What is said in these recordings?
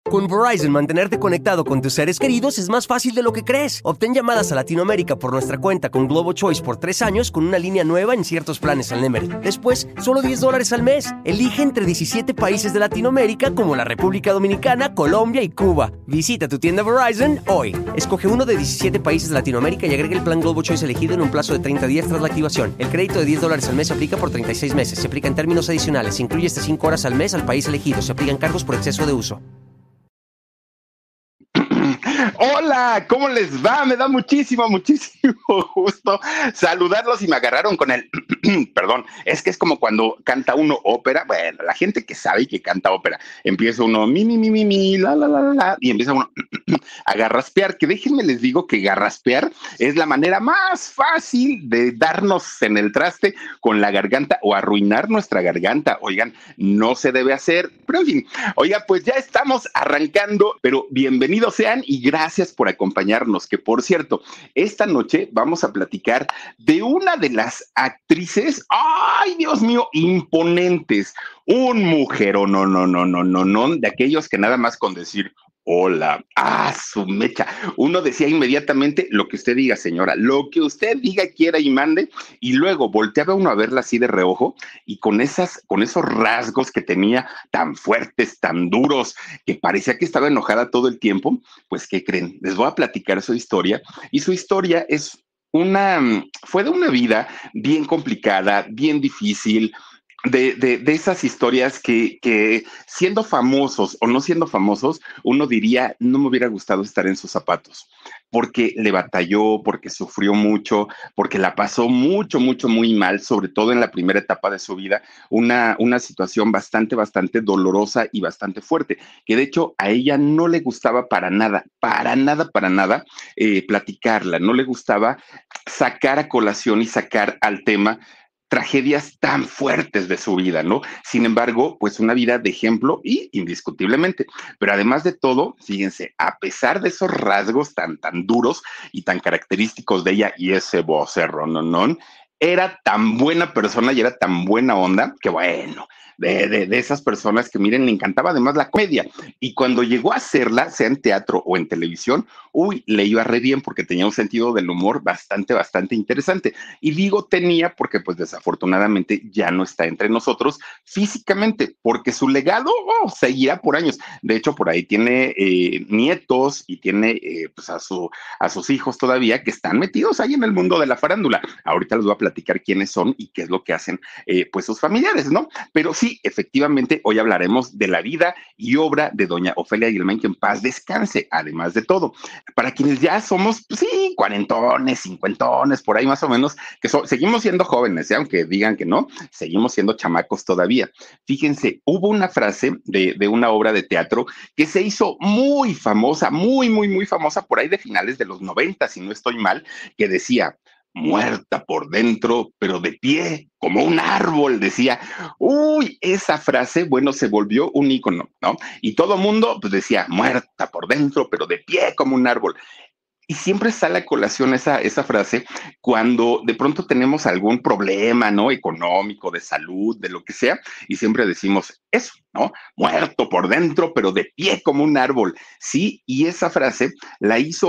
Con Verizon, mantenerte conectado con tus seres queridos es más fácil de lo que crees. Obtén llamadas a Latinoamérica por nuestra cuenta con Globo Choice por 3 años con una línea nueva en ciertos planes al Nemery. Después, solo $10 al mes. Elige entre 17 países de Latinoamérica como la República Dominicana, Colombia y Cuba. Visita tu tienda Verizon hoy. Escoge uno de 17 países de Latinoamérica y agrega el plan Globo Choice elegido en un plazo de 30 días tras la activación. El crédito de $10 al mes se aplica por 36 meses. Se aplica en términos adicionales. Se incluye hasta 5 horas al mes al país elegido. Se aplican cargos por exceso de uso. Hola, ¿cómo les va? Me da muchísimo gusto saludarlos y me agarraron con el, perdón, es que es como cuando canta uno ópera, bueno, la gente que sabe y que canta ópera, empieza uno la, y empieza uno a garraspear, que déjenme les digo que garraspear es la manera más fácil de darnos en el traste con la garganta o arruinar nuestra garganta. Oigan, no se debe hacer, pero en fin, oiga, pues ya estamos arrancando, pero bienvenidos sean y gracias por acompañarnos, que por cierto, esta noche vamos a platicar de una de las actrices, ay Dios mío, imponentes, un mujerón, no, de aquellos que nada más con decir hola, su mecha. Uno decía inmediatamente lo que usted diga, señora, lo que usted diga, quiera y mande, y luego volteaba uno a verla así de reojo y con esos rasgos que tenía tan fuertes, tan duros, que parecía que estaba enojada todo el tiempo. Pues, ¿qué creen? Les voy a platicar su historia, y su historia fue de una vida bien complicada, bien difícil, de esas historias que siendo famosos o no siendo famosos, uno diría, no me hubiera gustado estar en sus zapatos, porque le batalló, porque sufrió mucho, porque la pasó muy mal, sobre todo en la primera etapa de su vida, una situación bastante dolorosa y bastante fuerte, que de hecho a ella no le gustaba para nada, platicarla, no le gustaba sacar a colación y sacar al tema tragedias tan fuertes de su vida, ¿no? Sin embargo, pues una vida de ejemplo y indiscutiblemente. Pero además de todo, fíjense, a pesar de esos rasgos tan duros y tan característicos de ella y ese vocerro, no, era tan buena persona y era tan buena onda que bueno, de esas personas que miren, le encantaba además la comedia. Y cuando llegó a hacerla, sea en teatro o en televisión, le iba re bien porque tenía un sentido del humor bastante interesante. Y digo tenía porque pues desafortunadamente ya no está entre nosotros físicamente, porque su legado seguirá por años. De hecho, por ahí tiene nietos y tiene pues a sus hijos todavía que están metidos ahí en el mundo de la farándula. Ahorita les voy a platicar quiénes son y qué es lo que hacen pues sus familiares, ¿no? Pero sí, efectivamente, hoy hablaremos de la vida y obra de doña Ofelia Guilmain, que en paz descanse, además de todo. Para quienes ya somos, pues sí, cuarentones, cincuentones, por ahí más o menos, seguimos siendo jóvenes, aunque digan que no, seguimos siendo chamacos todavía. Fíjense, hubo una frase de una obra de teatro que se hizo muy famosa, muy famosa por ahí de finales de los 90, si no estoy mal, que decía, muerta por dentro, pero de pie, como un árbol, decía. Esa frase, bueno, se volvió un ícono, ¿no? Y todo mundo, pues decía, muerta por dentro, pero de pie como un árbol. Y siempre sale a colación esa frase cuando de pronto tenemos algún problema, ¿no? Económico, de salud, de lo que sea, y siempre decimos eso, ¿no? Muerto por dentro, pero de pie como un árbol. Sí, y esa frase la hizo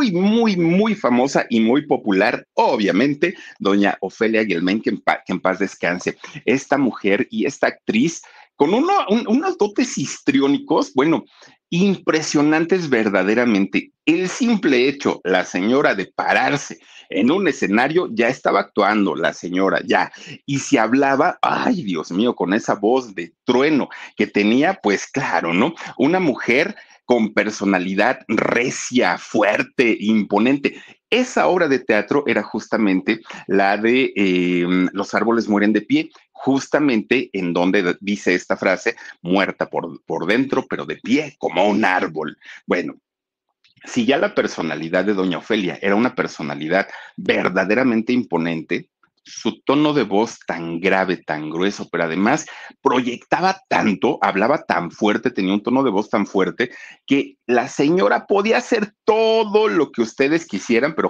muy famosa y muy popular, obviamente, doña Ofelia Guilmain, que en paz descanse. Esta mujer y esta actriz con unos dotes histriónicos, bueno, impresionantes verdaderamente. El simple hecho, la señora de pararse en un escenario, ya estaba actuando la señora, ya. Y si hablaba, ay Dios mío, con esa voz de trueno que tenía, pues claro, ¿no? Una mujer con personalidad recia, fuerte, imponente. Esa obra de teatro era justamente la de Los árboles mueren de pie, justamente en donde dice esta frase, muerta por dentro, pero de pie, como un árbol. Bueno, si ya la personalidad de doña Ofelia era una personalidad verdaderamente imponente, su tono de voz tan grave, tan grueso, pero además proyectaba tanto, hablaba tan fuerte, tenía un tono de voz tan fuerte, que la señora podía hacer todo lo que ustedes quisieran, pero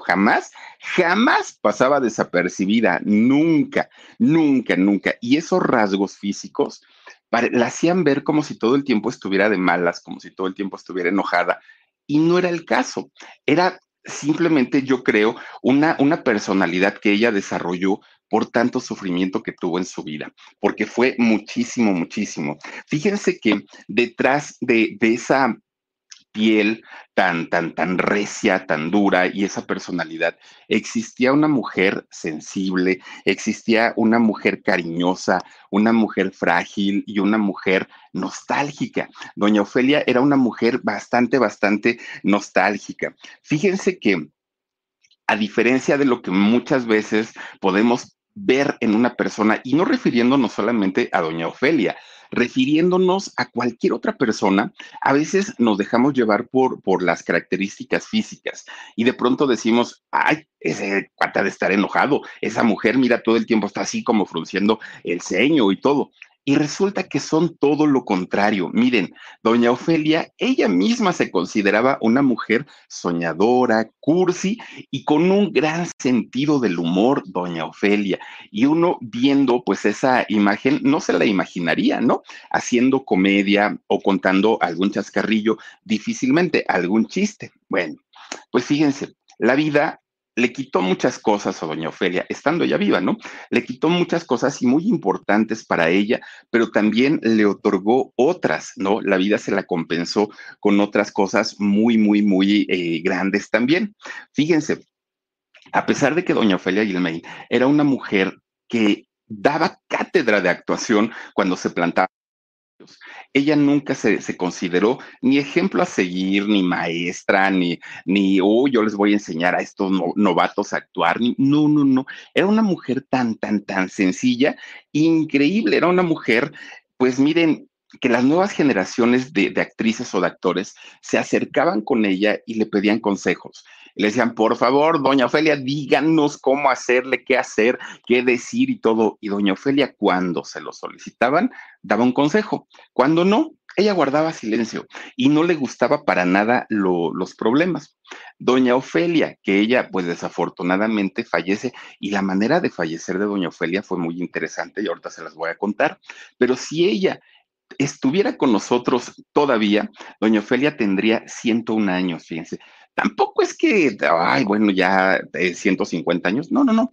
jamás pasaba desapercibida, nunca. Y esos rasgos físicos, La hacían ver como si todo el tiempo estuviera de malas, como si todo el tiempo estuviera enojada, y no era el caso. Era simplemente, yo creo, una personalidad que ella desarrolló por tanto sufrimiento que tuvo en su vida, porque fue muchísimo, muchísimo. Fíjense que detrás de esa piel tan recia, tan dura y esa personalidad, existía una mujer sensible, existía una mujer cariñosa, una mujer frágil y una mujer nostálgica. Doña Ofelia era una mujer bastante, bastante nostálgica. Fíjense que a diferencia de lo que muchas veces podemos ver en una persona, y no refiriéndonos solamente a doña Ofelia, refiriéndonos a cualquier otra persona, a veces nos dejamos llevar por las características físicas y de pronto decimos, ay, ese cuata de estar enojado, esa mujer, mira, todo el tiempo está así como frunciendo el ceño y todo. Y resulta que son todo lo contrario. Miren, doña Ofelia, ella misma se consideraba una mujer soñadora, cursi y con un gran sentido del humor, doña Ofelia. Y uno viendo pues esa imagen, no se la imaginaría, ¿no? Haciendo comedia o contando algún chascarrillo, difícilmente algún chiste. Bueno, pues fíjense, la vida le quitó muchas cosas a doña Ofelia, estando ella viva, ¿no? Le quitó muchas cosas y muy importantes para ella, pero también le otorgó otras, ¿no? La vida se la compensó con otras cosas muy, muy, muy grandes también. Fíjense, a pesar de que doña Ofelia Guilmain era una mujer que daba cátedra de actuación cuando se plantaba, ella nunca se consideró ni ejemplo a seguir, ni maestra, ni yo les voy a enseñar a estos novatos a actuar, no, no, no. Era una mujer tan sencilla, increíble. Era una mujer, pues miren, que las nuevas generaciones de actrices o de actores se acercaban con ella y le pedían consejos. Le decían, por favor, doña Ofelia, díganos cómo hacerle, qué hacer, qué decir y todo. Y doña Ofelia, cuando se lo solicitaban, daba un consejo. Cuando no, ella guardaba silencio y no le gustaba para nada los problemas. Doña Ofelia, que ella pues desafortunadamente fallece y la manera de fallecer de doña Ofelia fue muy interesante y ahorita se las voy a contar, pero si ella estuviera con nosotros todavía, doña Ofelia tendría 101 años, fíjense. Tampoco es que, ay, bueno, ya 150 años, no, no, no,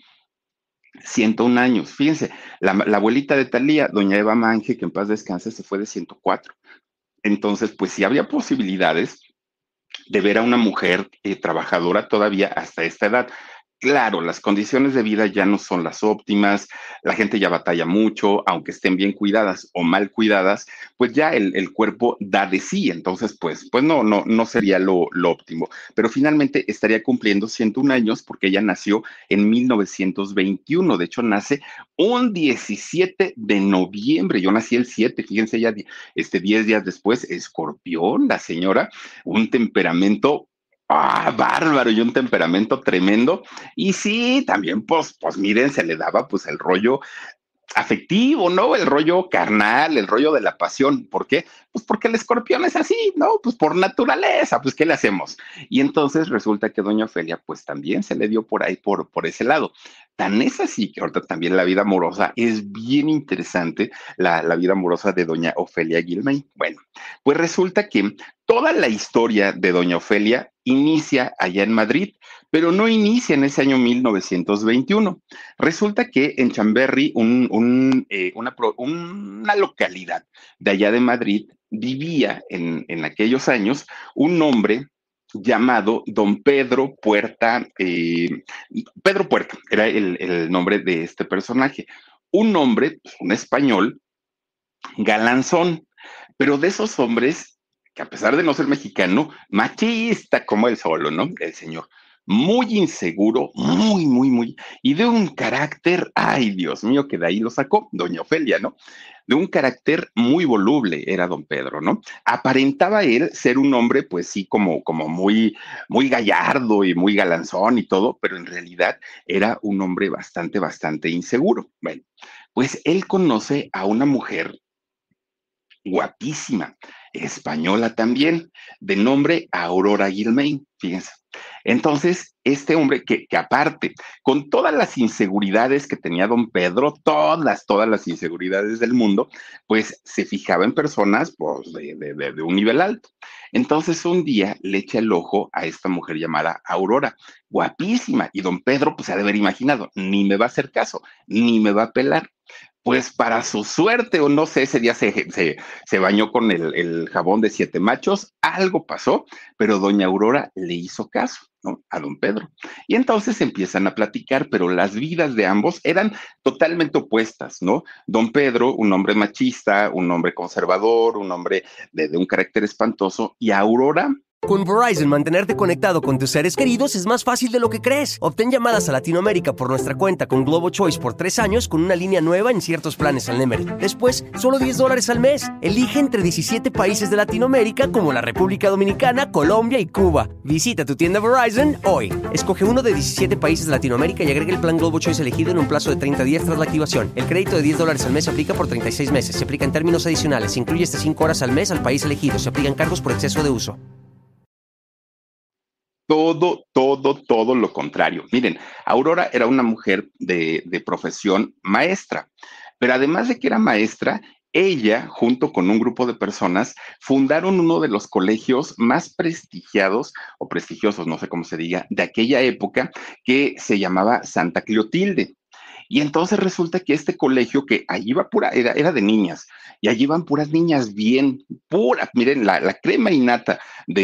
101 años. Fíjense, la abuelita de Talía, doña Eva Mange, que en paz descanse, se fue de 104. Entonces, pues sí había posibilidades de ver a una mujer trabajadora todavía hasta esta edad. Claro, las condiciones de vida ya no son las óptimas, la gente ya batalla mucho, aunque estén bien cuidadas o mal cuidadas, pues ya el cuerpo da de sí, entonces pues no sería lo óptimo, pero finalmente estaría cumpliendo 101 años porque ella nació en 1921, de hecho nace un 17 de noviembre, yo nací el 7, fíjense ya 10 días después, Escorpión, la señora, un temperamento bárbaro y un temperamento tremendo. Y sí, también, pues miren, se le daba pues el rollo afectivo, ¿no? El rollo carnal, el rollo de la pasión. ¿Por qué? Pues porque el escorpión es así, ¿no? Pues por naturaleza, pues ¿qué le hacemos? Y entonces resulta que doña Ofelia, pues también se le dio por ahí, por ese lado. Tan es así que ahorita también la vida amorosa es bien interesante, la vida amorosa de doña Ofelia Guilmain. Bueno, pues resulta que toda la historia de doña Ofelia inicia allá en Madrid, pero no inicia en ese año 1921. Resulta que en Chamberry, una localidad de allá de Madrid, vivía en aquellos años un hombre llamado don Pedro Puerta. Pedro Puerta era el nombre de este personaje. Un hombre, pues, un español, galanzón, pero de esos hombres que a pesar de no ser mexicano, machista como el solo, ¿no? El señor. Muy inseguro, muy, muy, muy, y de un carácter, ay Dios mío, que de ahí lo sacó doña Ofelia, ¿no? De un carácter muy voluble era don Pedro, ¿no? Aparentaba él ser un hombre, pues sí, como muy, muy gallardo y muy galanzón y todo, pero en realidad era un hombre bastante, bastante inseguro. Bueno, pues él conoce a una mujer guapísima, española también, de nombre Aurora Guilmain, fíjense. Entonces, este hombre que aparte, con todas las inseguridades que tenía don Pedro, todas las inseguridades del mundo, pues se fijaba en personas pues, de un nivel alto. Entonces, un día le echa el ojo a esta mujer llamada Aurora, guapísima, y don Pedro pues se ha de haber imaginado, ni me va a hacer caso, ni me va a pelar. Pues para su suerte, o no sé, ese día se bañó con el jabón de siete machos, algo pasó, pero doña Aurora le hizo caso, ¿no? A don Pedro. Y entonces empiezan a platicar, pero las vidas de ambos eran totalmente opuestas, ¿no? Don Pedro, un hombre machista, un hombre conservador, un hombre de un carácter espantoso, y Aurora, Con Verizon, mantenerte conectado con tus seres queridos es más fácil de lo que crees. Obtén llamadas a Latinoamérica por nuestra cuenta con Globo Choice por 3 años con una línea nueva en ciertos planes al Nemery. Después, solo $10 al mes. Elige entre 17 países de Latinoamérica como la República Dominicana, Colombia y Cuba. Visita tu tienda Verizon hoy. Escoge uno de 17 países de Latinoamérica y agrega el plan Globo Choice elegido en un plazo de 30 días tras la activación. El crédito de $10 al mes se aplica por 36 meses. Se aplica en términos adicionales. Se incluye hasta 5 horas al mes al país elegido. Se aplican cargos por exceso de uso. todo lo contrario. Miren, Aurora era una mujer de profesión maestra, pero además de que era maestra, ella, junto con un grupo de personas, fundaron uno de los colegios más prestigiados o prestigiosos, no sé cómo se diga, de aquella época, que se llamaba Santa Clotilde. Y entonces resulta que este colegio, que allí iba pura, era de niñas, y allí iban puras niñas bien, puras, miren, la crema innata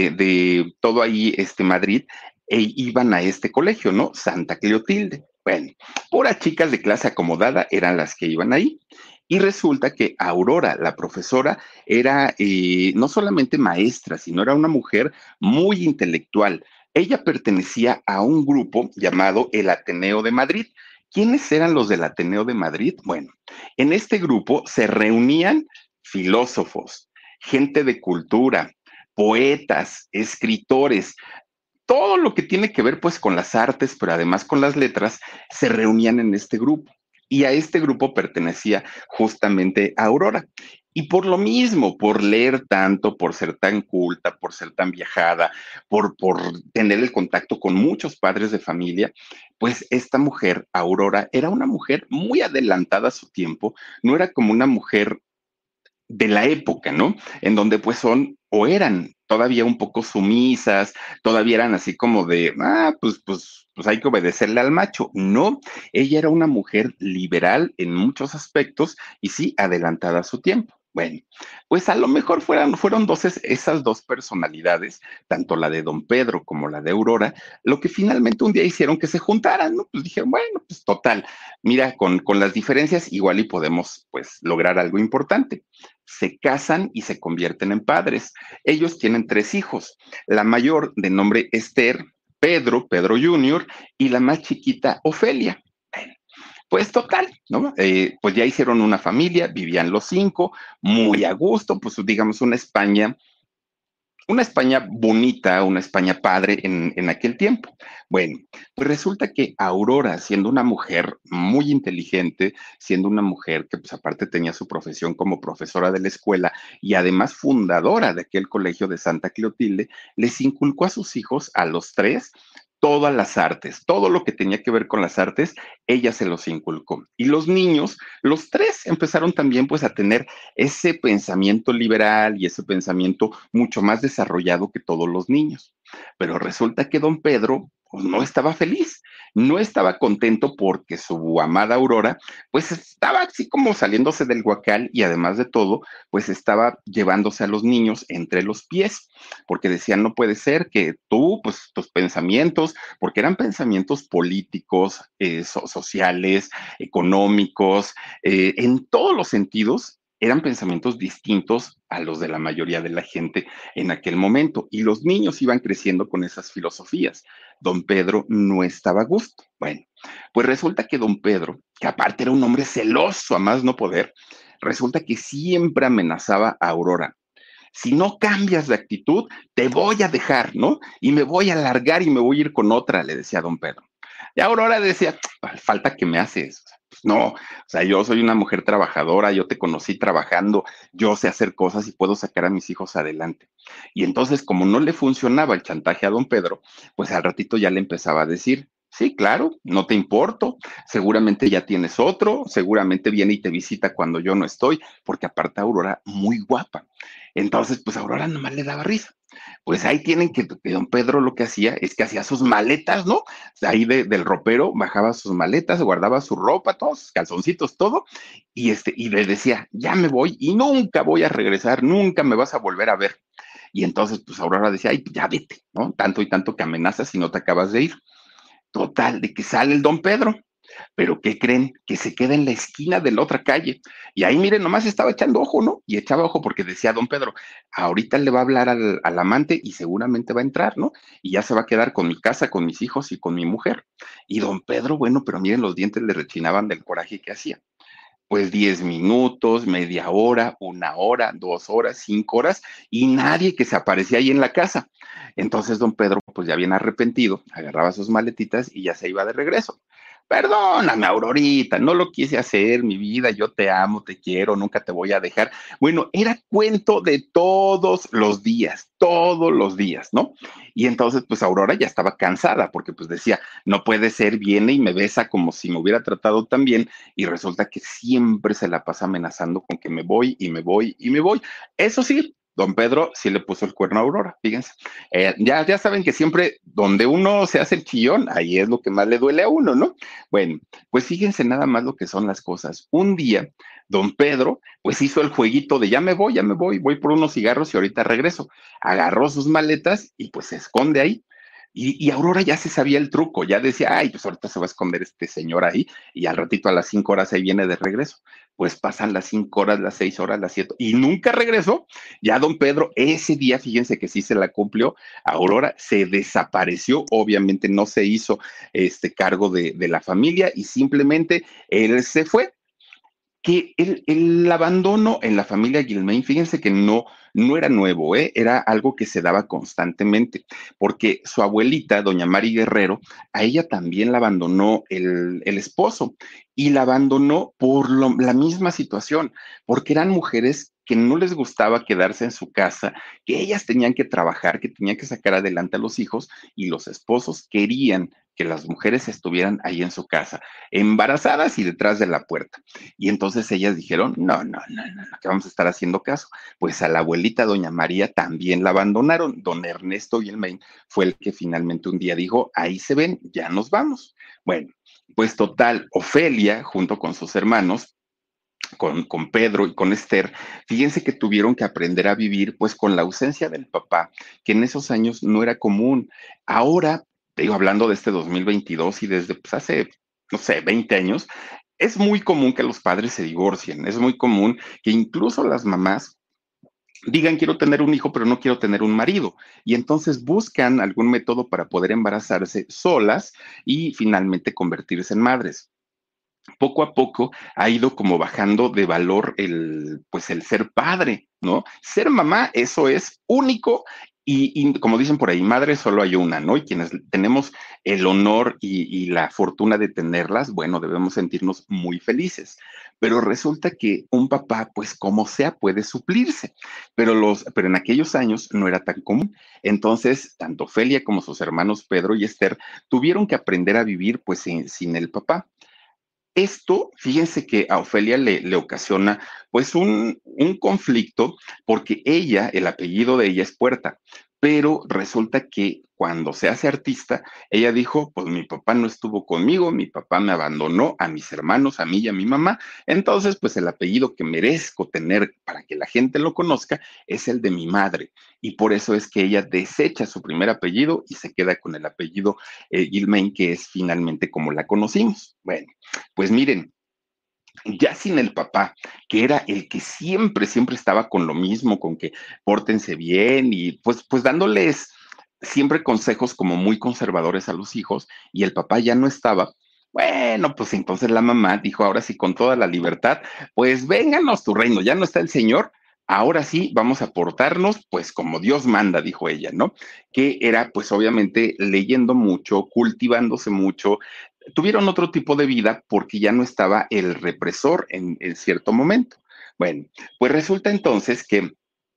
de todo ahí, Madrid, iban a este colegio, ¿no? Santa Clotilde. Bueno, puras chicas de clase acomodada eran las que iban ahí. Y resulta que Aurora, la profesora, era no solamente maestra, sino era una mujer muy intelectual. Ella pertenecía a un grupo llamado el Ateneo de Madrid. ¿Quiénes eran los del Ateneo de Madrid? Bueno, en este grupo se reunían filósofos, gente de cultura, poetas, escritores, todo lo que tiene que ver pues con las artes, pero además con las letras, se reunían en este grupo. Y a este grupo pertenecía justamente Aurora. Y por lo mismo, por leer tanto, por ser tan culta, por ser tan viajada, por tener el contacto con muchos padres de familia, pues esta mujer, Aurora, era una mujer muy adelantada a su tiempo, no era como una mujer de la época, ¿no? En donde pues son o eran todavía un poco sumisas, todavía eran así como de, pues hay que obedecerle al macho. No, ella era una mujer liberal en muchos aspectos y sí, adelantada a su tiempo. Bueno, pues a lo mejor fueron esas dos personalidades, tanto la de don Pedro como la de Aurora, lo que finalmente un día hicieron que se juntaran, ¿no? Pues dijeron, bueno, pues total, mira, con las diferencias igual y podemos pues lograr algo importante. Se casan y se convierten en padres. Ellos tienen 3 hijos, la mayor de nombre Esther, Pedro Junior, y la más chiquita, Ofelia. Pues total, ¿no? Pues ya hicieron una familia, vivían los 5, muy a gusto, pues digamos una España bonita, una España padre en aquel tiempo. Bueno, pues resulta que Aurora, siendo una mujer muy inteligente, siendo una mujer que pues aparte tenía su profesión como profesora de la escuela y además fundadora de aquel colegio de Santa Clotilde, les inculcó a sus hijos, a los 3, todas las artes, todo lo que tenía que ver con las artes, ella se los inculcó. Y los niños, los 3, empezaron también pues a tener ese pensamiento liberal y ese pensamiento mucho más desarrollado que todos los niños. Pero resulta que don Pedro pues, no estaba feliz, no estaba contento porque su amada Aurora pues estaba así como saliéndose del huacal y además de todo pues estaba llevándose a los niños entre los pies, porque decían no puede ser que tú pues tus pensamientos, porque eran pensamientos políticos, sociales, económicos, en todos los sentidos eran pensamientos distintos a los de la mayoría de la gente en aquel momento. Y los niños iban creciendo con esas filosofías. Don Pedro no estaba a gusto. Bueno, pues resulta que don Pedro, que aparte era un hombre celoso a más no poder, resulta que siempre amenazaba a Aurora. Si no cambias de actitud, te voy a dejar, ¿no? Y me voy a largar y me voy a ir con otra, le decía don Pedro. Y Aurora decía, falta que me haces, No, o sea, yo soy una mujer trabajadora, yo te conocí trabajando, yo sé hacer cosas y puedo sacar a mis hijos adelante. Y entonces, como no le funcionaba el chantaje a don Pedro, pues al ratito ya le empezaba a decir, sí, claro, no te importo, seguramente ya tienes otro, seguramente viene y te visita cuando yo no estoy, porque aparte Aurora muy guapa. Entonces, pues Aurora nomás le daba risa. Pues ahí tienen que don Pedro lo que hacía es que hacía sus maletas, ¿no? Ahí del ropero bajaba sus maletas, guardaba su ropa, todos sus calzoncitos, todo, y le decía, ya me voy y nunca voy a regresar, nunca me vas a volver a ver. Y entonces, pues Aurora decía, ay, ya vete, ¿no? Tanto y tanto que amenazas y no te acabas de ir. Total, de que sale el don Pedro. Pero ¿qué creen? Que se queda en la esquina de la otra calle. Y ahí, miren, nomás estaba echando ojo, ¿no? Y echaba ojo porque decía don Pedro, ahorita le va a hablar al amante y seguramente va a entrar, ¿no? Y ya se va a quedar con mi casa, con mis hijos y con mi mujer. Y don Pedro, bueno, pero miren, los dientes le rechinaban del coraje que hacía. Pues 10 minutos, media hora, 1 hora, 2 horas, 5 horas, y nadie que se aparecía ahí en la casa. Entonces don Pedro, pues ya bien arrepentido, agarraba sus maletitas y ya se iba de regreso. Perdóname, Aurorita, no lo quise hacer, mi vida, yo te amo, te quiero, nunca te voy a dejar. Bueno, era cuento de todos los días, ¿no? Y entonces, pues Aurora ya estaba cansada porque pues decía, no puede ser, viene y me besa como si me hubiera tratado tan bien y resulta que siempre se la pasa amenazando con que me voy y me voy y me voy. Eso sí, don Pedro sí le puso el cuerno a Aurora, fíjense. Ya saben que siempre donde uno se hace el chillón, ahí es lo que más le duele a uno, ¿no? Bueno, pues fíjense nada más lo que son las cosas. Un día, don Pedro, pues hizo el jueguito de ya me voy por unos cigarros y ahorita regreso. Agarró sus maletas y pues se esconde ahí. Y Aurora ya se sabía el truco, ya decía, ay, pues ahorita se va a esconder este señor ahí y al ratito a las 5 horas ahí viene de regreso. Pues pasan las 5 horas, las 6 horas, las 7 y nunca regresó. Ya don Pedro, ese día, fíjense que sí se la cumplió, Aurora se desapareció, obviamente no se hizo este cargo de la familia y simplemente él se fue que el abandono en la familia Gilmain, fíjense que no era nuevo, ¿eh? Era algo que se daba constantemente, porque su abuelita, doña Mari Guerrero, a ella también la abandonó el esposo y la abandonó por la misma situación, porque eran mujeres que no les gustaba quedarse en su casa, que ellas tenían que trabajar, que tenían que sacar adelante a los hijos y los esposos querían que las mujeres estuvieran ahí en su casa, embarazadas y detrás de la puerta. Y entonces ellas dijeron, no, que vamos a estar haciendo caso. Pues a la abuelita, doña María, también la abandonaron. Don Ernesto Guilmain fue el que finalmente un día dijo, ahí se ven, ya nos vamos. Bueno, pues total, Ofelia, junto con sus hermanos, con Pedro y con Esther, fíjense que tuvieron que aprender a vivir pues con la ausencia del papá, que en esos años no era común. Ahora, te digo, hablando de este 2022 y desde pues, hace, no sé, 20 años, es muy común que los padres se divorcien, es muy común que incluso las mamás digan quiero tener un hijo, pero no quiero tener un marido. Y entonces buscan algún método para poder embarazarse solas y finalmente convertirse en madres. Poco a poco ha ido como bajando de valor pues el ser padre, ¿no? Ser mamá, eso es único y como dicen por ahí, madre solo hay una, ¿no? Y quienes tenemos el honor y la fortuna de tenerlas, bueno, debemos sentirnos muy felices. Pero resulta que un papá, pues como sea, puede suplirse, pero en aquellos años no era tan común. Entonces, tanto Ofelia como sus hermanos Pedro y Esther tuvieron que aprender a vivir pues sin el papá. Esto, fíjense que a Ofelia le ocasiona pues un conflicto porque ella, el apellido de ella es Puerta, pero resulta que cuando se hace artista, ella dijo, pues mi papá no estuvo conmigo, mi papá me abandonó a mis hermanos, a mí y a mi mamá, entonces pues el apellido que merezco tener para que la gente lo conozca es el de mi madre y por eso es que ella desecha su primer apellido y se queda con el apellido Gilmain, que es finalmente como la conocimos. Bueno. Pues miren, ya sin el papá, que era el que siempre estaba con lo mismo, con que pórtense bien y pues dándoles siempre consejos como muy conservadores a los hijos, y el papá ya no estaba. Bueno, pues entonces la mamá dijo, ahora sí, con toda la libertad, pues vénganos tu reino, ya no está el señor, ahora sí vamos a portarnos pues como Dios manda, dijo ella, ¿no? Que era pues obviamente leyendo mucho, cultivándose mucho, tuvieron otro tipo de vida porque ya no estaba el represor en cierto momento. Bueno, pues resulta entonces que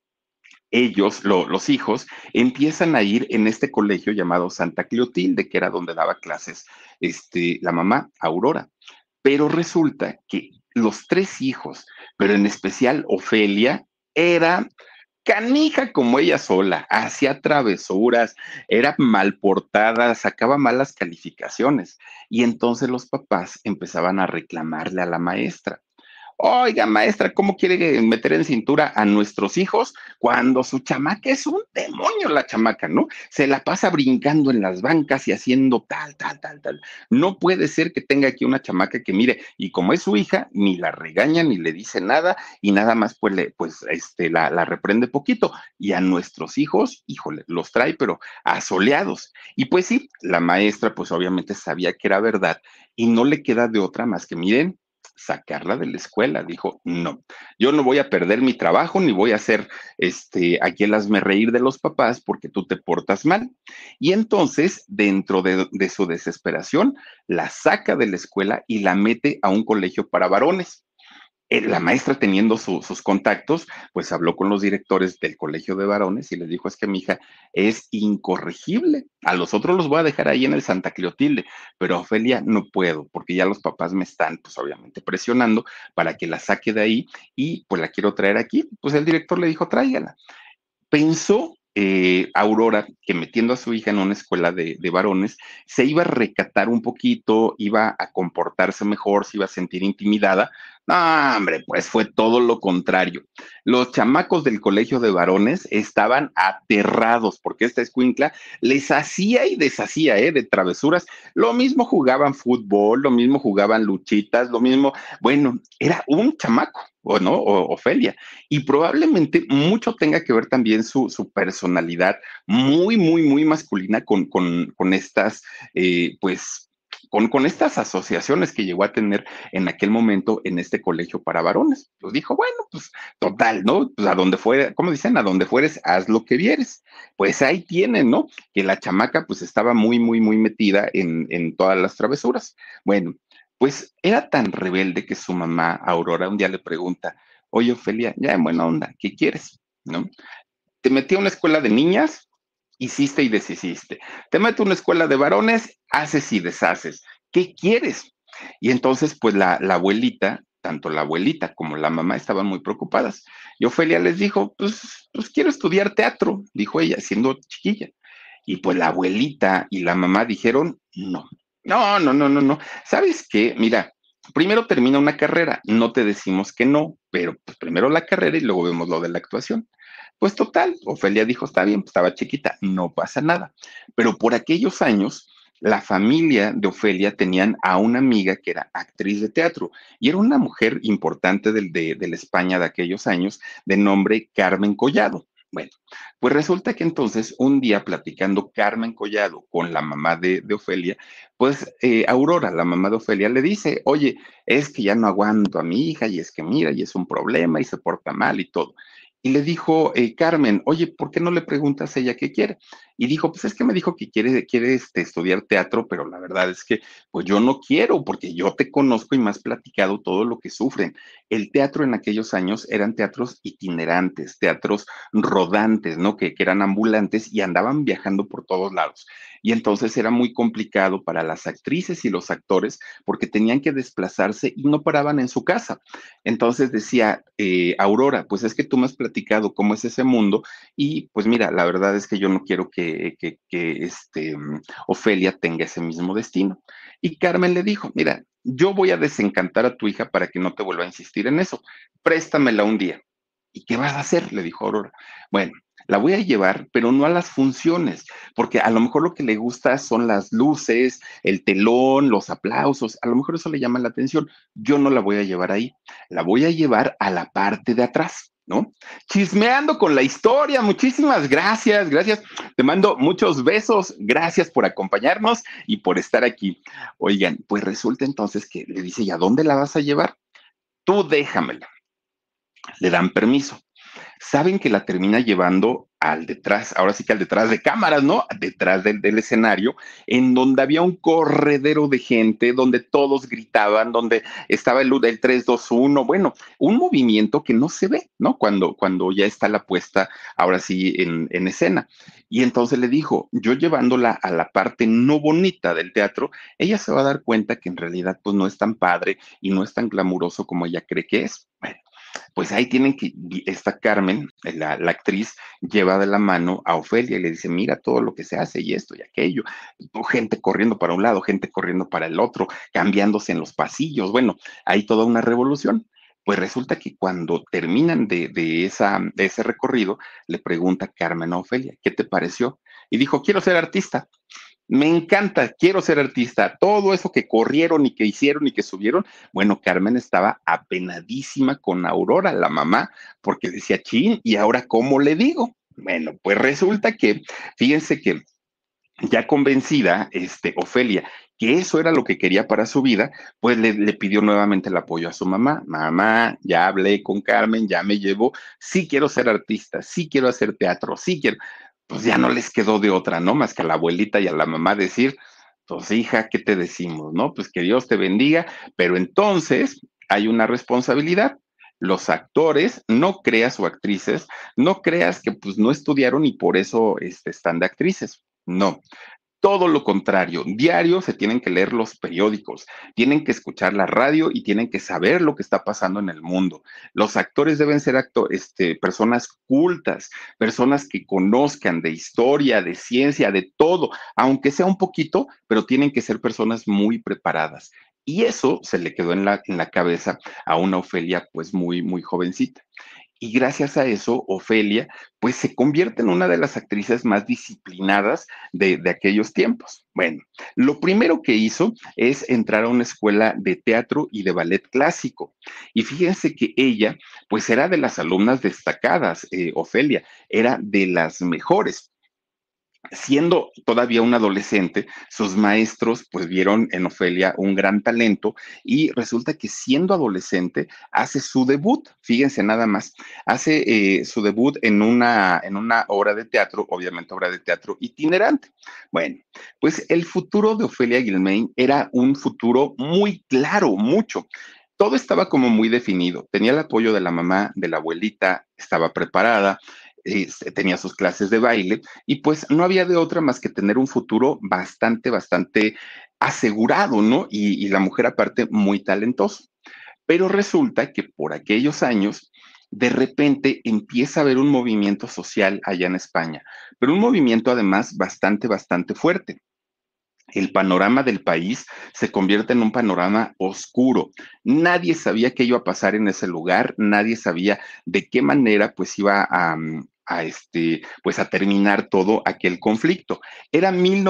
ellos, los hijos, empiezan a ir en este colegio llamado Santa Clotilde, que era donde daba clases la mamá, Aurora. Pero resulta que los tres hijos, pero en especial Ofelia, era canija como ella sola, hacía travesuras, era mal portada, sacaba malas calificaciones. Y entonces los papás empezaban a reclamarle a la maestra. Oiga, maestra, ¿cómo quiere meter en cintura a nuestros hijos cuando su chamaca es un demonio, la chamaca, ¿no? Se la pasa brincando en las bancas y haciendo tal, tal, tal, tal. No puede ser que tenga aquí una chamaca que mire, y como es su hija, ni la regaña, ni le dice nada, y nada más pues, la reprende poquito. Y a nuestros hijos, híjole, los trae, pero asoleados. Y pues sí, la maestra pues obviamente sabía que era verdad y no le queda de otra más que, miren, sacarla de la escuela. Dijo, no, yo no voy a perder mi trabajo ni voy a hacer aquí el hazme reír de los papás porque tú te portas mal. Y entonces, dentro de su desesperación, la saca de la escuela y la mete a un colegio para varones. La maestra teniendo sus contactos, pues habló con los directores del colegio de varones y les dijo, es que mi hija es incorregible, a los otros los voy a dejar ahí en el Santa Clotilde, pero a Ofelia no puedo, porque ya los papás me están, pues obviamente presionando para que la saque de ahí y pues la quiero traer aquí. Pues el director le dijo, tráigala. Pensó Aurora que metiendo a su hija en una escuela de varones se iba a recatar un poquito, iba a comportarse mejor, se iba a sentir intimidada. No, hombre, pues fue todo lo contrario. Los chamacos del colegio de varones estaban aterrados porque esta escuincla les hacía y deshacía, de travesuras. Lo mismo jugaban fútbol, lo mismo jugaban luchitas, lo mismo, bueno, era un chamaco, o no, Ofelia. Y probablemente mucho tenga que ver también su personalidad muy, muy, muy masculina con estas, pues, con estas asociaciones que llegó a tener en aquel momento en este colegio para varones. Pues dijo, bueno, pues total, ¿no? Pues a donde fuera, como dicen, a donde fueres, haz lo que vieres. Pues ahí tienen, ¿no? Que la chamaca pues estaba muy, muy, muy metida en todas las travesuras. Bueno, pues era tan rebelde que su mamá, Aurora, un día le pregunta, oye, Ofelia, ya en buena onda, ¿qué quieres? ¿No? Te metí a una escuela de niñas, hiciste y deshiciste. Te meto a una escuela de varones, haces y deshaces. ¿Qué quieres? Y entonces, pues la abuelita, tanto la abuelita como la mamá estaban muy preocupadas. Y Ofelia les dijo, pues quiero estudiar teatro, dijo ella, siendo chiquilla. Y pues la abuelita y la mamá dijeron, no, no, no, no, no, no. ¿Sabes qué? Mira, primero termina una carrera, no te decimos que no, pero pues primero la carrera y luego vemos lo de la actuación. Pues total, Ofelia dijo, está bien, pues estaba chiquita, no pasa nada. Pero por aquellos años, la familia de Ofelia tenían a una amiga que era actriz de teatro y era una mujer importante de la España de aquellos años de nombre Carmen Collado. Bueno, pues resulta que entonces un día platicando Carmen Collado con la mamá de Ofelia, pues Aurora, la mamá de Ofelia, le dice, oye, es que ya no aguanto a mi hija y es que mira, y es un problema y se porta mal y todo. Y le dijo Carmen, oye, ¿por qué no le preguntas a ella qué quiere? Y dijo, pues es que me dijo que quiere estudiar teatro, pero la verdad es que pues yo no quiero, porque yo te conozco y me has platicado todo lo que sufren. El teatro en aquellos años eran teatros itinerantes, teatros rodantes, ¿no? Que eran ambulantes y andaban viajando por todos lados. Y entonces era muy complicado para las actrices y los actores porque tenían que desplazarse y no paraban en su casa. Entonces decía Aurora, pues es que tú me has platicado cómo es ese mundo y pues mira, la verdad es que yo no quiero que Ofelia tenga ese mismo destino. Y Carmen le dijo, mira, yo voy a desencantar a tu hija para que no te vuelva a insistir en eso. Préstamela un día. ¿Y qué vas a hacer? Le dijo Aurora. Bueno, la voy a llevar, pero no a las funciones, porque a lo mejor lo que le gusta son las luces, el telón, los aplausos, a lo mejor eso le llama la atención. Yo no la voy a llevar ahí, la voy a llevar a la parte de atrás, ¿no? Chismeando con la historia, muchísimas gracias, gracias. Te mando muchos besos, gracias por acompañarnos y por estar aquí. Oigan, pues resulta entonces que le dice, ¿y a dónde la vas a llevar? Tú déjamela. Le dan permiso. saben que la termina llevando al detrás, ahora sí que al detrás de cámaras, ¿no? Detrás del escenario, en donde había un corredero de gente, donde todos gritaban, donde estaba el 3-2-1, bueno, un movimiento que no se ve, ¿no? Cuando ya está la puesta, ahora sí, en escena. Y entonces le dijo, yo llevándola a la parte no bonita del teatro, ella se va a dar cuenta que en realidad pues no es tan padre y no es tan glamuroso como ella cree que es. Bueno, pues ahí tienen que, esta Carmen, la actriz, lleva de la mano a Ofelia y le dice, mira todo lo que se hace y esto y aquello, gente corriendo para un lado, gente corriendo para el otro, cambiándose en los pasillos, bueno, hay toda una revolución. Pues resulta que cuando terminan de ese recorrido, le pregunta Carmen a Ofelia, ¿qué te pareció? Y dijo, quiero ser artista. Me encanta, quiero ser artista. Todo eso que corrieron y que hicieron y que subieron, bueno, Carmen estaba apenadísima con Aurora, la mamá, porque decía, chin, ¿y ahora cómo le digo? Bueno, pues resulta que, fíjense que ya convencida, Ofelia, que eso era lo que quería para su vida, pues le pidió nuevamente el apoyo a su mamá. Mamá, ya hablé con Carmen, ya me llevó, sí quiero ser artista, sí quiero hacer teatro, sí quiero. Pues ya no les quedó de otra, ¿no? Más que a la abuelita y a la mamá decir, pues hija, ¿qué te decimos, no? Pues que Dios te bendiga, pero entonces hay una responsabilidad. Los actores, no creas o actrices, no creas que pues no estudiaron y por eso están de actrices. No, todo lo contrario, diario se tienen que leer los periódicos, tienen que escuchar la radio y tienen que saber lo que está pasando en el mundo. Los actores deben ser personas cultas, personas que conozcan de historia, de ciencia, de todo, aunque sea un poquito, pero tienen que ser personas muy preparadas. Y eso se le quedó en la cabeza a una Ofelia pues muy, muy jovencita. Y gracias a eso, Ofelia, pues se convierte en una de las actrices más disciplinadas de aquellos tiempos. Bueno, lo primero que hizo es entrar a una escuela de teatro y de ballet clásico. Y fíjense que ella, pues era de las alumnas destacadas, Ofelia, era de las mejores. Siendo todavía un adolescente, sus maestros pues vieron en Ofelia un gran talento y resulta que siendo adolescente hace su debut, fíjense nada más, hace su debut en una obra de teatro, obviamente obra de teatro itinerante. Bueno, pues el futuro de Ofelia Guilmain era un futuro muy claro, mucho. Todo estaba como muy definido. Tenía el apoyo de la mamá, de la abuelita, estaba preparada, tenía sus clases de baile y pues no había de otra más que tener un futuro bastante, bastante asegurado, ¿no? Y la mujer aparte muy talentosa. Pero resulta que por aquellos años, de repente empieza a haber un movimiento social allá en España, pero un movimiento además bastante, bastante fuerte. El panorama del país se convierte en un panorama oscuro. Nadie sabía qué iba a pasar en ese lugar, nadie sabía de qué manera pues iba pues a terminar todo aquel conflicto. Era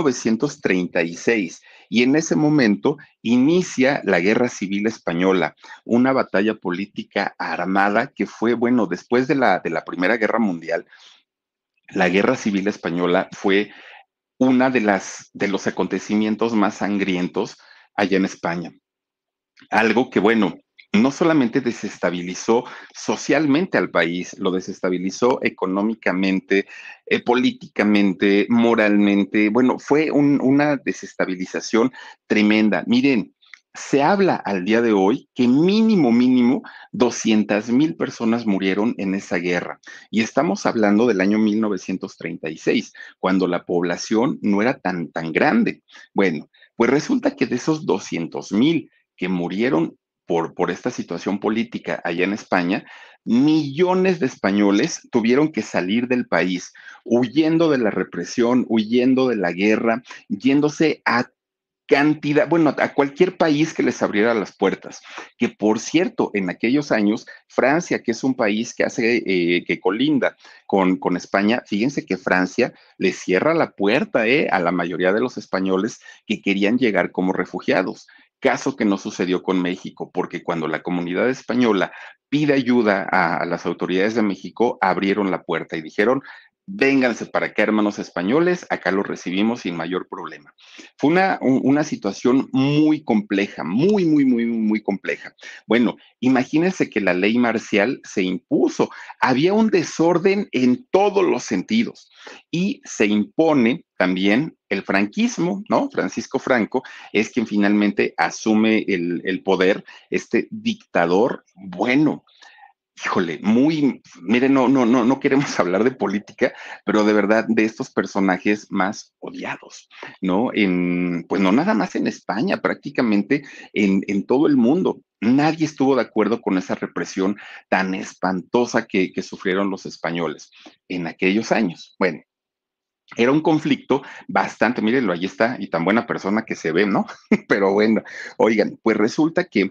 1936 y en ese momento inicia la Guerra Civil Española, una batalla política armada que fue, bueno, después de la Primera Guerra Mundial, la Guerra Civil Española fue una de los acontecimientos más sangrientos allá en España. Algo que, bueno, no solamente desestabilizó socialmente al país, lo desestabilizó económicamente, políticamente, moralmente. Bueno, fue una desestabilización tremenda. Miren, se habla al día de hoy que mínimo, mínimo, 200,000 personas murieron en esa guerra. Y estamos hablando del año 1936, cuando la población no era tan, tan grande. Bueno, pues resulta que de esos 200,000 que murieron por esta situación política allá en España, millones de españoles tuvieron que salir del país, huyendo de la represión, huyendo de la guerra, yéndose a cantidad, bueno, a cualquier país que les abriera las puertas. Que por cierto, en aquellos años, Francia, que es un país que colinda con España, fíjense que Francia le cierra la puerta a la mayoría de los españoles que querían llegar como refugiados. Caso que no sucedió con México, porque cuando la comunidad española pide ayuda a las autoridades de México, abrieron la puerta y dijeron, vénganse para acá, hermanos españoles, acá los recibimos sin mayor problema. Fue una situación muy compleja, muy compleja. Bueno, imagínense que la ley marcial se impuso, había un desorden en todos los sentidos y se impone también el franquismo, ¿no? Francisco Franco es quien finalmente asume el poder, este dictador, bueno, híjole, miren, no queremos hablar de política, pero de verdad de estos personajes más odiados, ¿no? Pues no nada más en España, prácticamente en todo el mundo. Nadie estuvo de acuerdo con esa represión tan espantosa que sufrieron los españoles en aquellos años. Bueno, era un conflicto bastante, mírenlo, ahí está, y tan buena persona que se ve, ¿no? Pero bueno, oigan, pues resulta que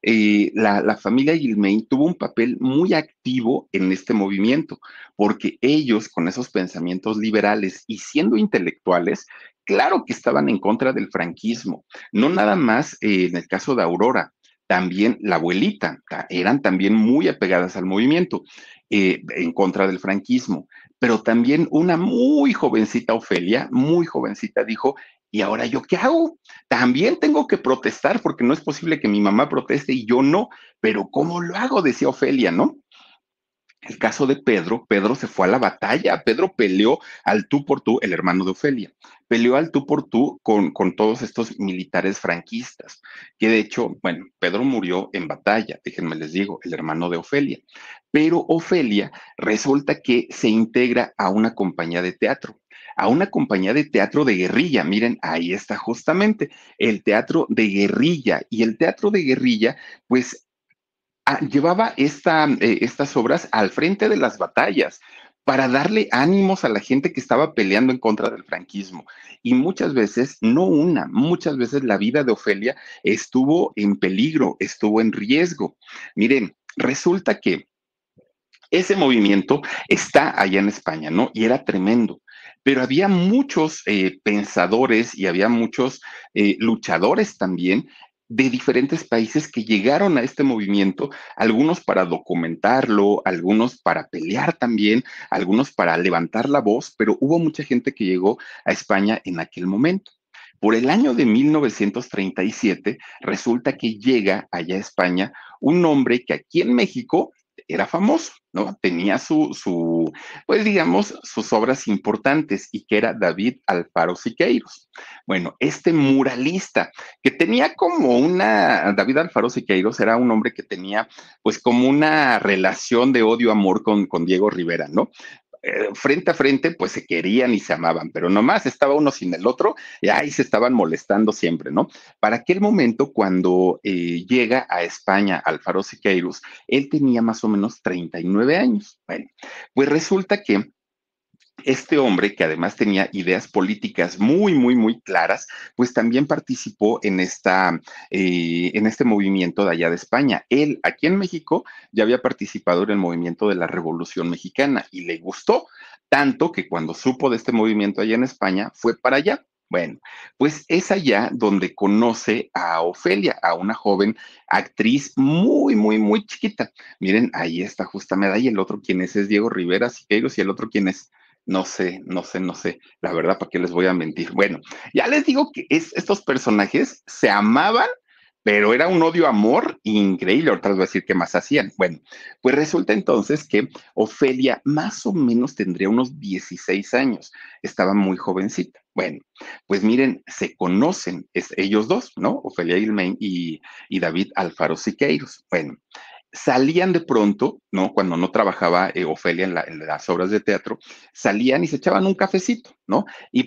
la familia Gilmain tuvo un papel muy activo en este movimiento, porque ellos, con esos pensamientos liberales y siendo intelectuales, claro que estaban en contra del franquismo, no nada más en el caso de Aurora. También la abuelita, eran también muy apegadas al movimiento en contra del franquismo, pero también una muy jovencita Ofelia, muy jovencita, dijo, ¿y ahora yo qué hago? También tengo que protestar porque no es posible que mi mamá proteste y yo no, pero ¿cómo lo hago? Decía Ofelia, ¿no? El caso de Pedro, Pedro se fue a la batalla, Pedro peleó al tú por tú, el hermano de Ofelia, peleó al tú por tú con todos estos militares franquistas, que de hecho, bueno, Pedro murió en batalla, déjenme les digo, el hermano de Ofelia, pero Ofelia resulta que se integra a una compañía de teatro, a una compañía de teatro de guerrilla. Miren, ahí está justamente el teatro de guerrilla. Y el teatro de guerrilla, pues llevaba estas obras al frente de las batallas para darle ánimos a la gente que estaba peleando en contra del franquismo. Y muchas veces, no una, muchas veces la vida de Ofelia estuvo en peligro, estuvo en riesgo. Miren, resulta que ese movimiento está allá en España, ¿no? Y era tremendo. Pero había muchos pensadores y había muchos luchadores también de diferentes países que llegaron a este movimiento, algunos para documentarlo, algunos para pelear también, algunos para levantar la voz, pero hubo mucha gente que llegó a España en aquel momento. Por el año de 1937, resulta que llega allá a España un hombre que aquí en México era famoso, ¿no? Tenía pues digamos, sus obras importantes y que era David Alfaro Siqueiros. Bueno, este muralista que tenía como David Alfaro Siqueiros era un hombre que tenía pues como una relación de odio-amor con Diego Rivera, ¿no? Frente a frente, pues se querían y se amaban, pero nomás estaba uno sin el otro y ahí se estaban molestando siempre, ¿no? Para aquel momento, cuando llega a España Alfaro Siqueiros, él tenía más o menos 39 años. Bueno, pues resulta que este hombre, que además tenía ideas políticas muy claras, pues también participó en este movimiento de allá de España. Él, aquí en México, ya había participado en el movimiento de la Revolución Mexicana y le gustó tanto que cuando supo de este movimiento allá en España, fue para allá. Bueno, pues es allá donde conoce a Ofelia, a una joven actriz muy chiquita. Miren, ahí está justamente ahí el otro quien es Diego Rivera Siqueiros y el otro quien es no sé, la verdad, ¿para qué les voy a mentir? Bueno, ya les digo que estos personajes se amaban, pero era un odio-amor increíble. Ahorita les voy a decir qué más hacían. Bueno, pues resulta entonces que Ofelia más o menos tendría unos 16 años, estaba muy jovencita. Bueno, pues miren, se conocen ellos dos, ¿no? Ofelia Gilmain y David Alfaro Siqueiros. Bueno, salían de pronto, ¿no? Cuando no trabajaba Ofelia en las obras de teatro, salían y se echaban un cafecito, ¿no? Y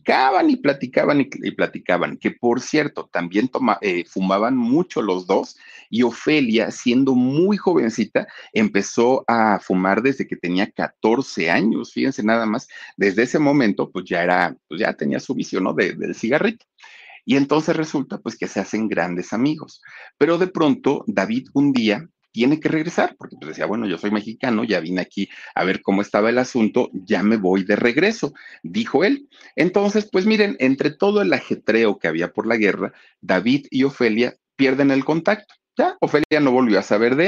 platicaban, que por cierto, también fumaban mucho los dos y Ofelia, siendo muy jovencita, empezó a fumar desde que tenía 14 años, fíjense nada más, desde ese momento, pues ya tenía su visión, ¿no? Del cigarrito. Y entonces resulta pues que se hacen grandes amigos. Pero de pronto David un día tiene que regresar, porque pues decía, bueno, yo soy mexicano, ya vine aquí a ver cómo estaba el asunto, ya me voy de regreso, dijo él. Entonces, pues miren, entre todo el ajetreo que había por la guerra, David y Ofelia pierden el contacto. Ya, Ofelia no volvió a saber de él,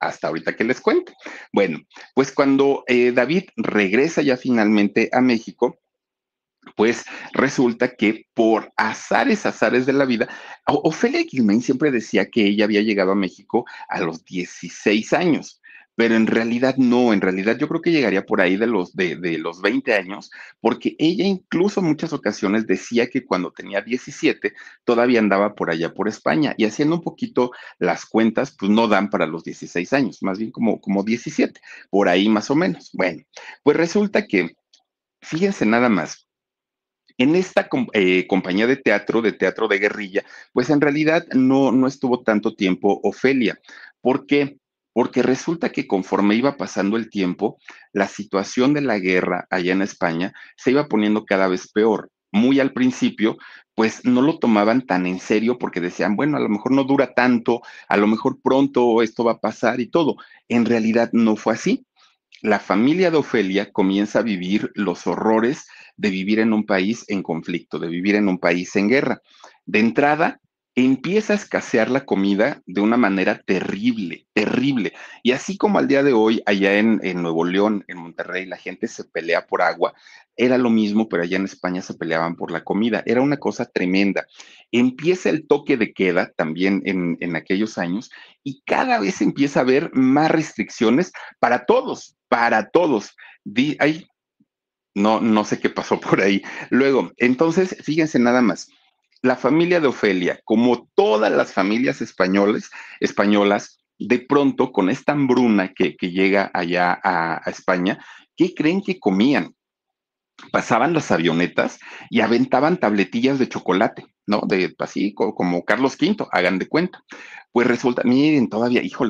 hasta ahorita que les cuente. Bueno, pues cuando David regresa ya finalmente a México, pues resulta que por azares de la vida, Ofelia Guilmain siempre decía que ella había llegado a México a los 16 años, pero en realidad no, en realidad yo creo que llegaría por ahí de los 20 años, porque ella incluso en muchas ocasiones decía que cuando tenía 17 todavía andaba por allá por España, y haciendo un poquito las cuentas, pues no dan para los 16 años, más bien como 17, por ahí más o menos. Bueno, pues resulta que, fíjense nada más, en esta compañía de teatro de guerrilla, pues en realidad no estuvo tanto tiempo Ofelia. ¿Por qué? Porque resulta que conforme iba pasando el tiempo, la situación de la guerra allá en España se iba poniendo cada vez peor. Muy al principio, pues no lo tomaban tan en serio porque decían, bueno, a lo mejor no dura tanto, a lo mejor pronto esto va a pasar y todo. En realidad no fue así. La familia de Ofelia comienza a vivir los horrores de vivir en un país en conflicto, de vivir en un país en guerra. De entrada, empieza a escasear la comida de una manera terrible, terrible. Y así como al día de hoy, allá en Nuevo León, en Monterrey, la gente se pelea por agua, era lo mismo, pero allá en España se peleaban por la comida. Era una cosa tremenda. Empieza el toque de queda también en aquellos años y cada vez empieza a haber más restricciones para todos, para todos. Ay, no sé qué pasó por ahí. Luego, entonces, fíjense nada más. La familia de Ofelia, como todas las familias españolas, de pronto, con esta hambruna que llega allá a España, ¿qué creen que comían? Pasaban las avionetas y aventaban tabletillas de chocolate, ¿no? De así como Carlos V, hagan de cuenta. Pues resulta, miren, todavía, híjole,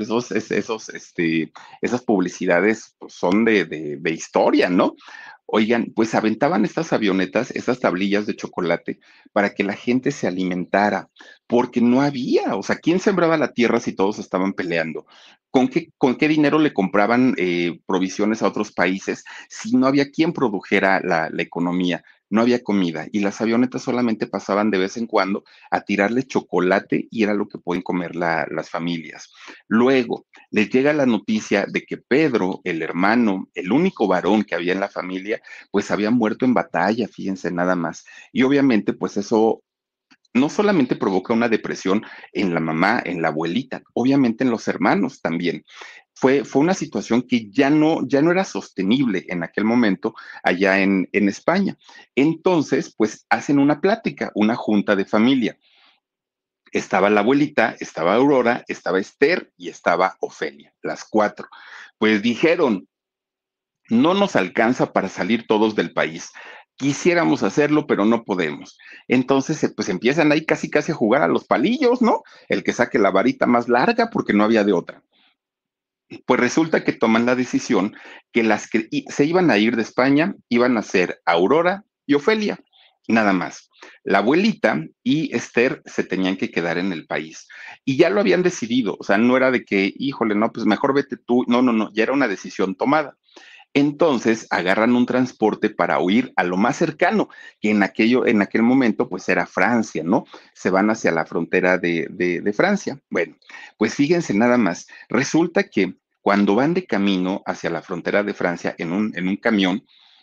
esas publicidades pues, son de historia, ¿no? Oigan, pues aventaban estas avionetas, estas tablillas de chocolate para que la gente se alimentara, porque no había, o sea, ¿quién sembraba la tierra si todos estaban peleando? ¿Con qué dinero le compraban provisiones a otros países si no había quien produjera la economía? No había comida y las avionetas solamente pasaban de vez en cuando a tirarle chocolate y era lo que pueden comer las familias. Luego les llega la noticia de que Pedro, el hermano, el único varón que había en la familia, pues había muerto en batalla, fíjense nada más. Y obviamente, pues eso no solamente provoca una depresión en la mamá, en la abuelita, obviamente en los hermanos también. Fue una situación que ya no era sostenible en aquel momento allá en España. Entonces, pues hacen una plática, una junta de familia. Estaba la abuelita, estaba Aurora, estaba Esther y estaba Ofelia, las cuatro. Pues dijeron, no nos alcanza para salir todos del país. Quisiéramos hacerlo, pero no podemos. Entonces, pues empiezan ahí casi casi a jugar a los palillos, ¿no? El que saque la varita más larga porque no había de otra. Pues resulta que toman la decisión que las que se iban a ir de España iban a ser Aurora y Ofelia, nada más. La abuelita y Esther se tenían que quedar en el país. Y ya lo habían decidido, o sea, no era de que, híjole, no, pues mejor vete tú. No, no, no, ya era una decisión tomada. Entonces agarran un transporte para huir a lo más cercano, que en aquel momento, pues era Francia, ¿no? Se van hacia la frontera de Francia. Bueno, pues fíjense nada más. Resulta que cuando van de camino hacia la frontera de Francia en un camión,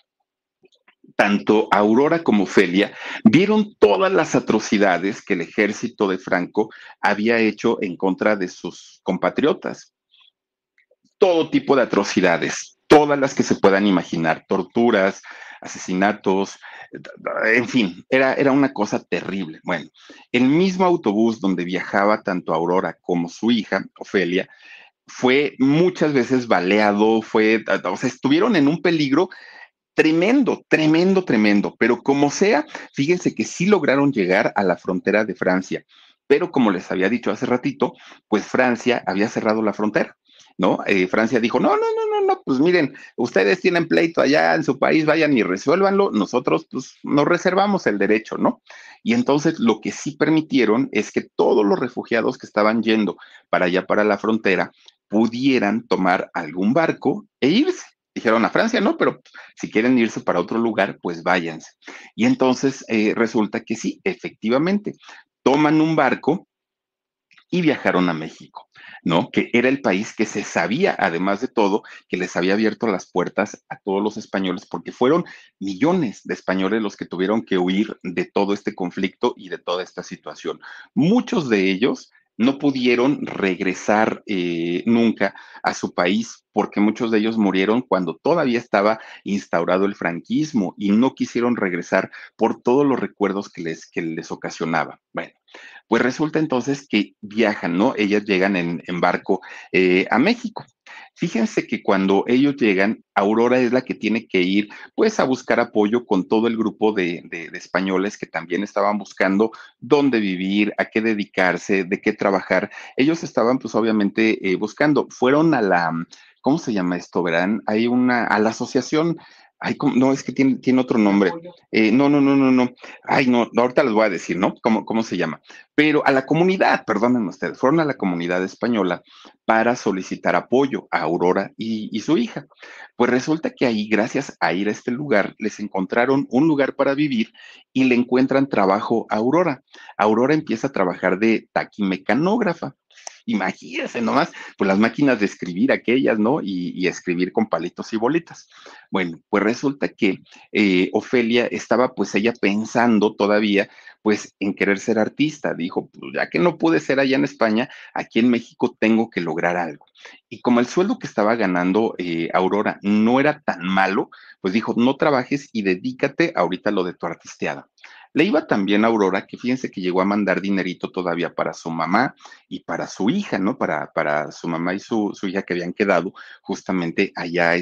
tanto Aurora como Ofelia vieron todas las atrocidades que el ejército de Franco había hecho en contra de sus compatriotas, todo tipo de atrocidades, todas las que se puedan imaginar, torturas, asesinatos, en fin, era una cosa terrible. Bueno, el mismo autobús donde viajaba tanto Aurora como su hija, Ofelia, fue muchas veces baleado, o sea, estuvieron en un peligro tremendo, tremendo, tremendo, pero como sea, fíjense que sí lograron llegar a la frontera de Francia, pero como les había dicho hace ratito, pues Francia había cerrado la frontera. ¿No? Francia dijo, no, pues miren, ustedes tienen pleito allá en su país, vayan y resuélvanlo, nosotros pues nos reservamos el derecho, ¿no? Y entonces lo que sí permitieron es que todos los refugiados que estaban yendo para allá, para la frontera, pudieran tomar algún barco e irse. Dijeron a Francia, no, pero si quieren irse para otro lugar, pues váyanse. Y entonces resulta que sí, efectivamente, toman un barco y viajaron a México, ¿no? Que era el país que se sabía, además de todo, que les había abierto las puertas a todos los españoles, porque fueron millones de españoles los que tuvieron que huir de todo este conflicto y de toda esta situación. Muchos de ellos no pudieron regresar nunca a su país porque muchos de ellos murieron cuando todavía estaba instaurado el franquismo y no quisieron regresar por todos los recuerdos que les ocasionaba. Bueno, pues resulta entonces que viajan, ¿no? Ellas llegan en barco a México. Fíjense que cuando ellos llegan, Aurora es la que tiene que ir pues a buscar apoyo con todo el grupo de españoles que también estaban buscando dónde vivir, a qué dedicarse, de qué trabajar. Ellos estaban pues obviamente buscando, fueron a la, ¿cómo se llama esto? Verán, hay una, a la asociación. Ay, no, es que tiene otro nombre. No. Ay, no, ahorita les voy a decir, ¿no? ¿Cómo se llama? Pero a la comunidad, perdónenme ustedes, fueron a la comunidad española para solicitar apoyo a Aurora y su hija. Pues resulta que ahí, gracias a ir a este lugar, les encontraron un lugar para vivir y le encuentran trabajo a Aurora. Aurora empieza a trabajar de taquimecanógrafa. Imagínense nomás, pues las máquinas de escribir aquellas, ¿no? Y escribir con palitos y bolitas. Bueno, pues resulta que Ofelia estaba pues ella pensando todavía pues en querer ser artista. Dijo, pues ya que no pude ser allá en España, aquí en México tengo que lograr algo. Y como el sueldo que estaba ganando Aurora no era tan malo, pues dijo, no trabajes y dedícate ahorita a lo de tu artisteada. Le iba también a Aurora, que fíjense que llegó a mandar dinerito todavía para su mamá y para su hija, ¿no? Para su mamá y su hija que habían quedado justamente allá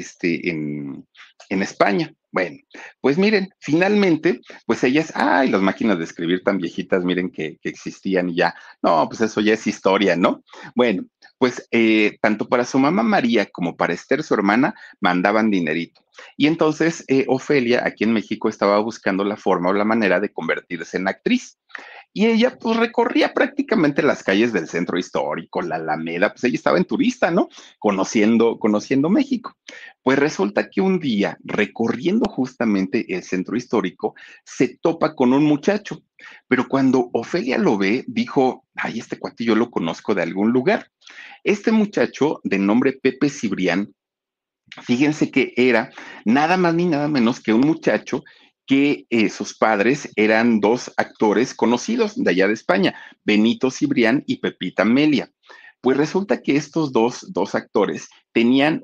en España. Bueno, pues miren, finalmente, pues ellas, ay, las máquinas de escribir tan viejitas, miren que existían y ya, no, pues eso ya es historia, ¿no? Bueno, pues tanto para su mamá María como para Esther, su hermana, mandaban dinerito. Y entonces Ofelia, aquí en México, estaba buscando la forma o la manera de convertirse en actriz. Y ella pues recorría prácticamente las calles del centro histórico, la Alameda, pues ella estaba en turista, ¿no? Conociendo México. Pues resulta que un día, recorriendo justamente el centro histórico, se topa con un muchacho. Pero cuando Ofelia lo ve, dijo, ay, este cuatillo lo conozco de algún lugar. Este muchacho, de nombre Pepe Cibrián, fíjense que era nada más ni nada menos que un muchacho que sus padres eran dos actores conocidos de allá de España, Benito Cibrián y Pepita Melia. Pues resulta que estos dos actores tenían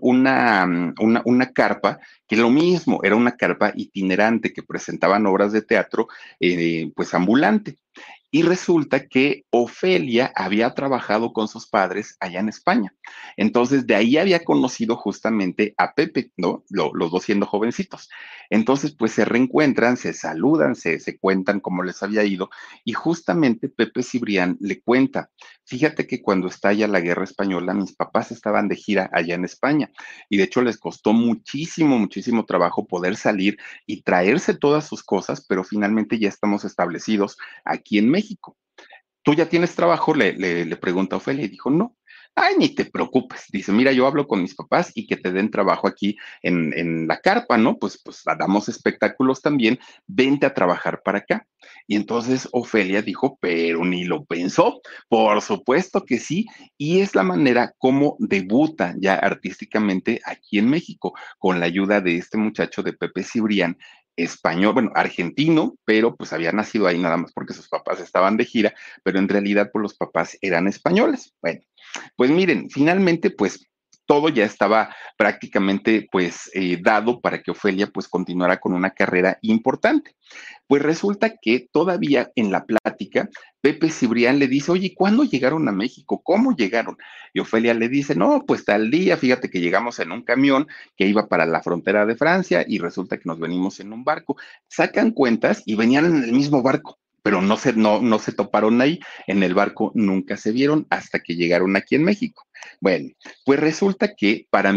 una carpa que lo mismo, era una carpa itinerante que presentaban obras de teatro pues ambulante. Y resulta que Ofelia había trabajado con sus padres allá en España. Entonces, de ahí había conocido justamente a Pepe, ¿no? Los dos siendo jovencitos. Entonces, pues se reencuentran, se saludan, se cuentan cómo les había ido. Y justamente Pepe Cibrián le cuenta, fíjate que cuando estalla la guerra española, mis papás estaban de gira allá en España. Y de hecho les costó muchísimo trabajo poder salir y traerse todas sus cosas, pero finalmente ya estamos establecidos aquí en México. ¿Tú ya tienes trabajo? Le pregunta a Ofelia y dijo, no. Ay, ni te preocupes. Dice, mira, yo hablo con mis papás y que te den trabajo aquí en la carpa, ¿no? Pues damos espectáculos también, vente a trabajar para acá. Y entonces Ofelia dijo, pero ni lo pensó, por supuesto que sí, y es la manera como debuta ya artísticamente aquí en México, con la ayuda de este muchacho de Pepe Cibrián, español, bueno, argentino, pero pues había nacido ahí nada más porque sus papás estaban de gira, pero en realidad pues los papás eran españoles. Bueno, pues miren, finalmente pues todo ya estaba prácticamente pues dado para que Ofelia pues continuara con una carrera importante. Pues resulta que todavía en la plática, Pepe Cibrián le dice, oye, ¿cuándo llegaron a México? ¿Cómo llegaron? Y Ofelia le dice, no, pues tal día, fíjate que llegamos en un camión que iba para la frontera de Francia y resulta que nos venimos en un barco. Sacan cuentas y venían en el mismo barco, pero no se toparon ahí, en el barco nunca se vieron hasta que llegaron aquí en México. Bueno, pues resulta que para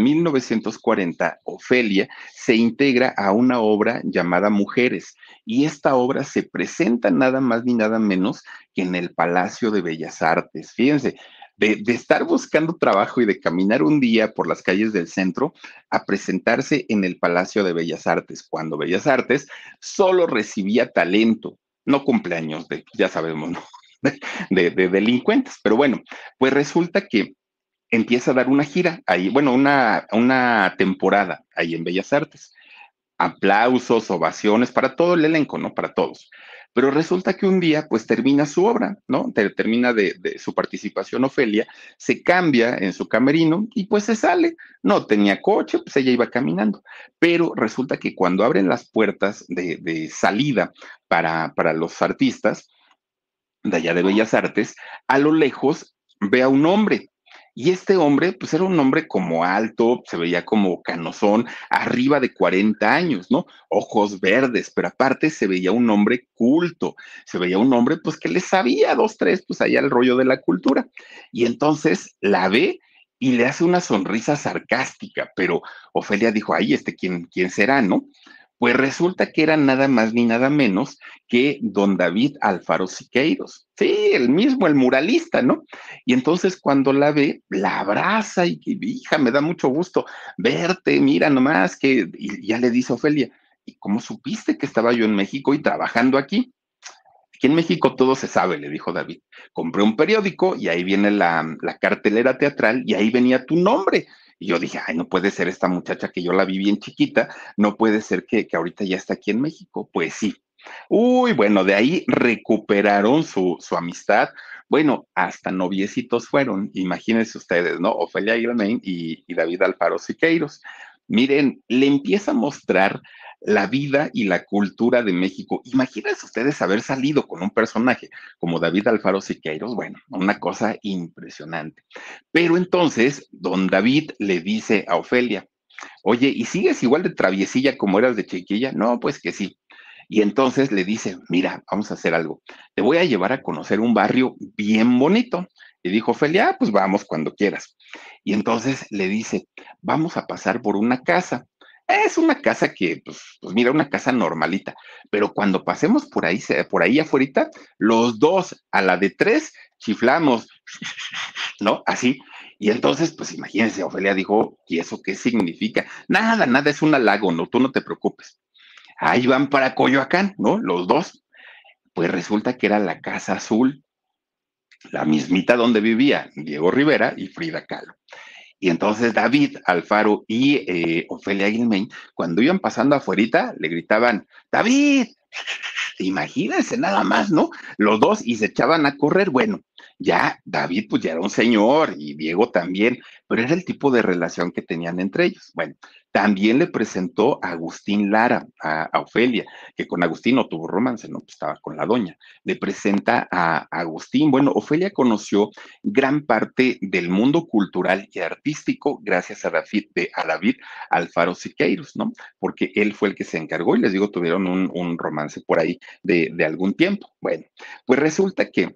1940 Ofelia se integra a una obra llamada Mujeres y esta obra se presenta nada más ni nada menos que en el Palacio de Bellas Artes. Fíjense, de estar buscando trabajo y de caminar un día por las calles del centro a presentarse en el Palacio de Bellas Artes, cuando Bellas Artes solo recibía talento, no cumpleaños de, ya sabemos, ¿no? de delincuentes. Pero bueno, pues resulta que empieza a dar una gira ahí, bueno, una temporada ahí en Bellas Artes. Aplausos, ovaciones para todo el elenco, ¿no? Para todos. Pero resulta que un día, pues termina su obra, ¿no? Termina de su participación Ofelia, se cambia en su camerino y pues se sale. No tenía coche, pues ella iba caminando. Pero resulta que cuando abren las puertas de salida para los artistas de allá de Bellas Artes, a lo lejos ve a un hombre. Y este hombre, pues era un hombre como alto, se veía como canosón, arriba de 40 años, ¿no? Ojos verdes, pero aparte se veía un hombre culto, se veía un hombre, pues que le sabía dos, tres, pues allá el rollo de la cultura. Y entonces la ve y le hace una sonrisa sarcástica, pero Ofelia dijo, ay, ¿quién será, no? Pues resulta que era nada más ni nada menos que don David Alfaro Siqueiros. Sí, el mismo, el muralista, ¿no? Y entonces cuando la ve, la abraza y hija, me da mucho gusto verte, mira nomás que, y ya le dice Ofelia, ¿y cómo supiste que estaba yo en México y trabajando aquí? Aquí en México todo se sabe, le dijo David. Compré un periódico y ahí viene la cartelera teatral y ahí venía tu nombre. Y yo dije, ay, no puede ser esta muchacha que yo la vi bien chiquita, no puede ser que ahorita ya está aquí en México. Pues sí. Uy, bueno, de ahí recuperaron su amistad. Bueno, hasta noviecitos fueron, imagínense ustedes, ¿no? Ofelia Guilmain y David Alfaro Siqueiros. Miren, le empieza a mostrar la vida y la cultura de México. Imagínense ustedes haber salido con un personaje como David Alfaro Siqueiros, bueno, una cosa impresionante. Pero entonces, don David le dice a Ofelia, oye, ¿y sigues igual de traviesilla como eras de chiquilla? No, pues que sí. Y entonces le dice, mira, vamos a hacer algo. Te voy a llevar a conocer un barrio bien bonito. Y dijo Ofelia, pues vamos cuando quieras. Y entonces le dice, vamos a pasar por una casa. Es una casa que, pues mira, una casa normalita. Pero cuando pasemos por ahí afuera, los dos a la de tres chiflamos, ¿no? Así. Y entonces, pues imagínense, Ofelia dijo, ¿y eso qué significa? Nada, nada, es un halago, no, tú no te preocupes. Ahí van para Coyoacán, ¿no? Los dos. Pues resulta que era la Casa Azul, la mismita donde vivía Diego Rivera y Frida Kahlo. Y entonces David Alfaro y Ofelia Guilmain, cuando iban pasando afuerita, le gritaban, David, imagínense nada más, ¿no? Los dos y se echaban a correr. Bueno, ya David pues ya era un señor y Diego también, pero era el tipo de relación que tenían entre ellos. Bueno, también le presentó a Agustín Lara, a Ofelia, que con Agustín no tuvo romance, ¿no? Pues estaba con la doña. Le presenta a Agustín. Bueno, Ofelia conoció gran parte del mundo cultural y artístico gracias a David Alfaro Siqueiros, ¿no? Porque él fue el que se encargó y les digo, tuvieron un romance por ahí de algún tiempo. Bueno, pues resulta que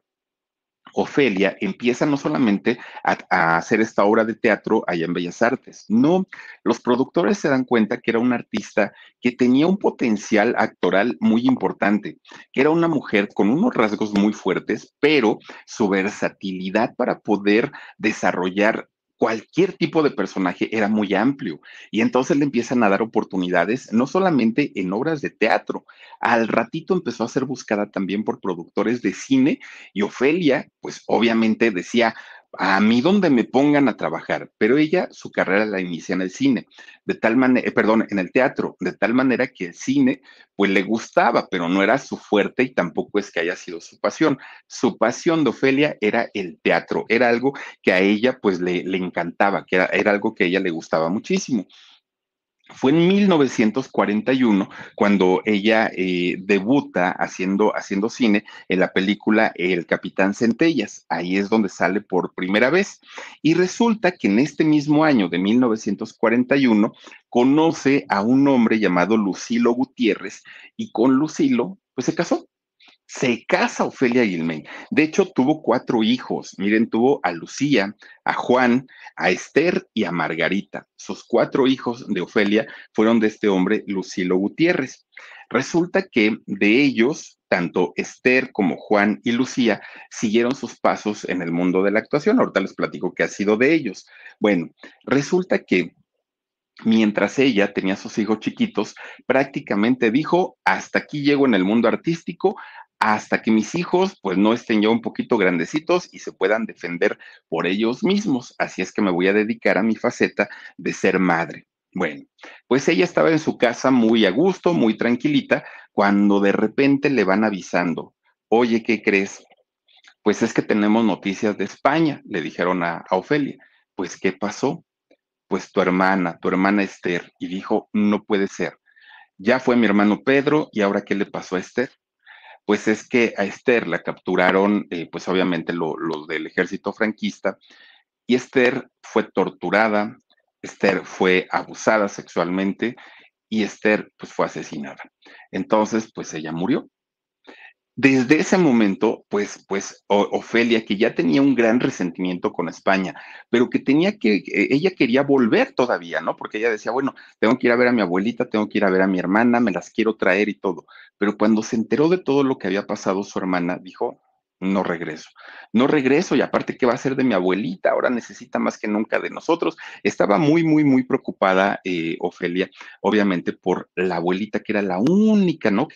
Ofelia empieza no solamente a hacer esta obra de teatro allá en Bellas Artes, no, los productores se dan cuenta que era una artista que tenía un potencial actoral muy importante, que era una mujer con unos rasgos muy fuertes, pero su versatilidad para poder desarrollar cualquier tipo de personaje era muy amplio y entonces le empiezan a dar oportunidades no solamente en obras de teatro, al ratito empezó a ser buscada también por productores de cine y Ofelia, pues obviamente decía, a mí donde me pongan a trabajar, pero ella su carrera la inicia en el cine, de tal manera, perdón, en el teatro, de tal manera que el cine pues le gustaba, pero no era su fuerte y tampoco es que haya sido su pasión. Su pasión de Ofelia era el teatro, era algo que a ella pues le encantaba, que era algo que a ella le gustaba muchísimo. Fue en 1941 cuando ella debuta haciendo cine en la película El Capitán Centellas. Ahí es donde sale por primera vez. Y resulta que en este mismo año de 1941 conoce a un hombre llamado Lucilo Gutiérrez y con Lucilo pues se casó. Se casa Ofelia Guilmain. De hecho, tuvo cuatro hijos. Miren, tuvo a Lucía, a Juan, a Esther y a Margarita. Sus cuatro hijos de Ofelia fueron de este hombre, Lucilo Gutiérrez. Resulta que de ellos, tanto Esther como Juan y Lucía siguieron sus pasos en el mundo de la actuación. Ahorita les platico qué ha sido de ellos. Bueno, resulta que mientras ella tenía sus hijos chiquitos, prácticamente dijo, hasta aquí llego en el mundo artístico, hasta que mis hijos pues no estén ya un poquito grandecitos y se puedan defender por ellos mismos. Así es que me voy a dedicar a mi faceta de ser madre. Bueno, pues ella estaba en su casa muy a gusto, muy tranquilita, cuando de repente le van avisando, oye, ¿qué crees? Pues es que tenemos noticias de España, le dijeron a Ofelia. Pues, ¿qué pasó? Pues tu hermana Esther. Y dijo, no puede ser. Ya fue mi hermano Pedro y ahora, ¿qué le pasó a Esther? Pues es que a Esther la capturaron, pues obviamente los del ejército franquista, y Esther fue torturada, Esther fue abusada sexualmente y Esther pues fue asesinada. Entonces, pues ella murió. Desde ese momento, Ofelia, que ya tenía un gran resentimiento con España, pero que ella quería volver todavía, ¿no? Porque ella decía, bueno, tengo que ir a ver a mi abuelita, tengo que ir a ver a mi hermana, me las quiero traer y todo. Pero cuando se enteró de todo lo que había pasado su hermana, dijo, no regreso, no regreso y aparte, ¿qué va a hacer de mi abuelita? Ahora necesita más que nunca de nosotros. Estaba muy, muy, muy preocupada, Ofelia, obviamente por la abuelita, que era la única, ¿no?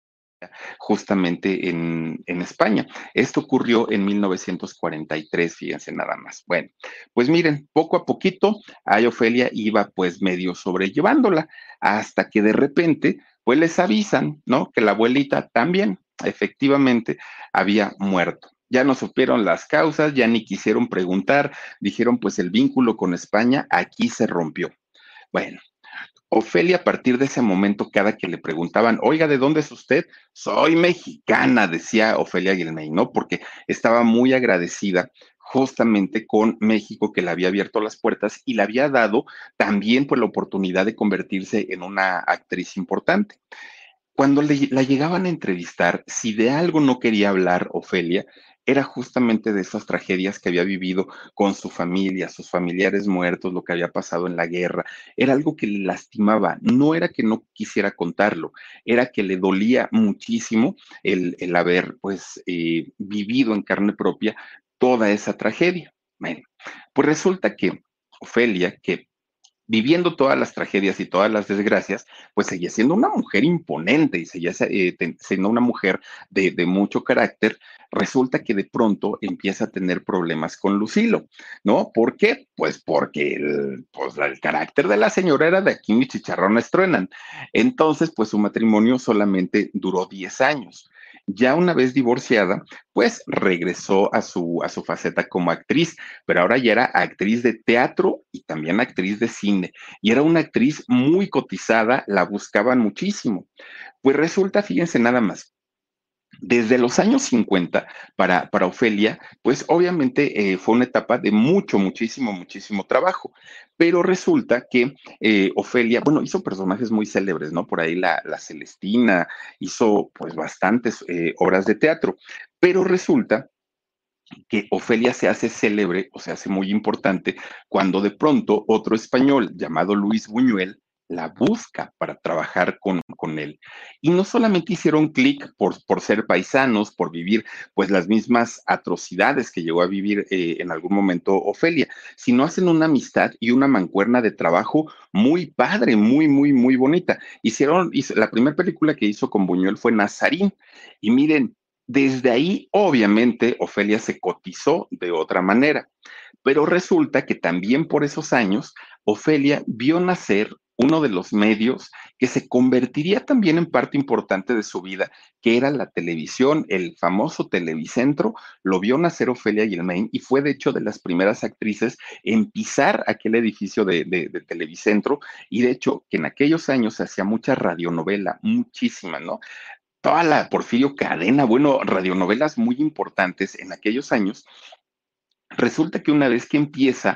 Justamente en España. Esto ocurrió en 1943, fíjense nada más. Bueno, pues miren, poco a poquito, a Ofelia iba pues medio sobrellevándola, hasta que de repente, pues les avisan, ¿no? Que la abuelita también, efectivamente, había muerto. Ya no supieron las causas, ya ni quisieron preguntar, dijeron pues el vínculo con España aquí se rompió. Bueno, Ofelia, a partir de ese momento, cada que le preguntaban, oiga, ¿de dónde es usted? Soy mexicana, decía Ofelia Guilmey, ¿no? Porque estaba muy agradecida justamente con México, que le había abierto las puertas y le había dado también pues la oportunidad de convertirse en una actriz importante. Cuando la llegaban a entrevistar, si de algo no quería hablar Ofelia, era justamente de esas tragedias que había vivido con su familia, sus familiares muertos, lo que había pasado en la guerra. Era algo que le lastimaba. No era que no quisiera contarlo, era que le dolía muchísimo el haber, pues, vivido en carne propia toda esa tragedia. Bueno, pues resulta que Ofelia, que viviendo todas las tragedias y todas las desgracias, pues seguía siendo una mujer imponente y seguía siendo una mujer de mucho carácter. Resulta que de pronto empieza a tener problemas con Lucilo, ¿no? ¿Por qué? Pues porque el carácter de la señora era de aquí mis chicharrones truenan. Entonces, pues su matrimonio solamente duró 10 años. Ya una vez divorciada, pues regresó a su faceta como actriz, pero ahora ya era actriz de teatro y también actriz de cine. Y era una actriz muy cotizada, la buscaban muchísimo. Pues resulta, fíjense nada más, desde los años 50 para Ofelia, pues obviamente fue una etapa de muchísimo, muchísimo trabajo, pero resulta que Ofelia, bueno, hizo personajes muy célebres, ¿no? Por ahí la Celestina, hizo pues bastantes obras de teatro, pero resulta que Ofelia se hace célebre o se hace muy importante cuando de pronto otro español llamado Luis Buñuel la busca para trabajar con él. Y no solamente hicieron clic por ser paisanos, por vivir pues las mismas atrocidades que llegó a vivir en algún momento Ofelia, sino hacen una amistad y una mancuerna de trabajo muy padre, muy, muy, muy bonita. La primera película que hizo con Buñuel fue Nazarín. Y miren, desde ahí, obviamente, Ofelia se cotizó de otra manera, pero resulta que también por esos años, Ofelia vio nacer uno de los medios que se convertiría también en parte importante de su vida, que era la televisión, el famoso Televicentro, lo vio nacer Ofelia Guilmén y fue de hecho de las primeras actrices en pisar aquel edificio de Televicentro y de hecho que en aquellos años se hacía mucha radionovela, muchísima, ¿no? Toda la Porfirio Cadena, bueno, radionovelas muy importantes en aquellos años. Resulta que una vez que empieza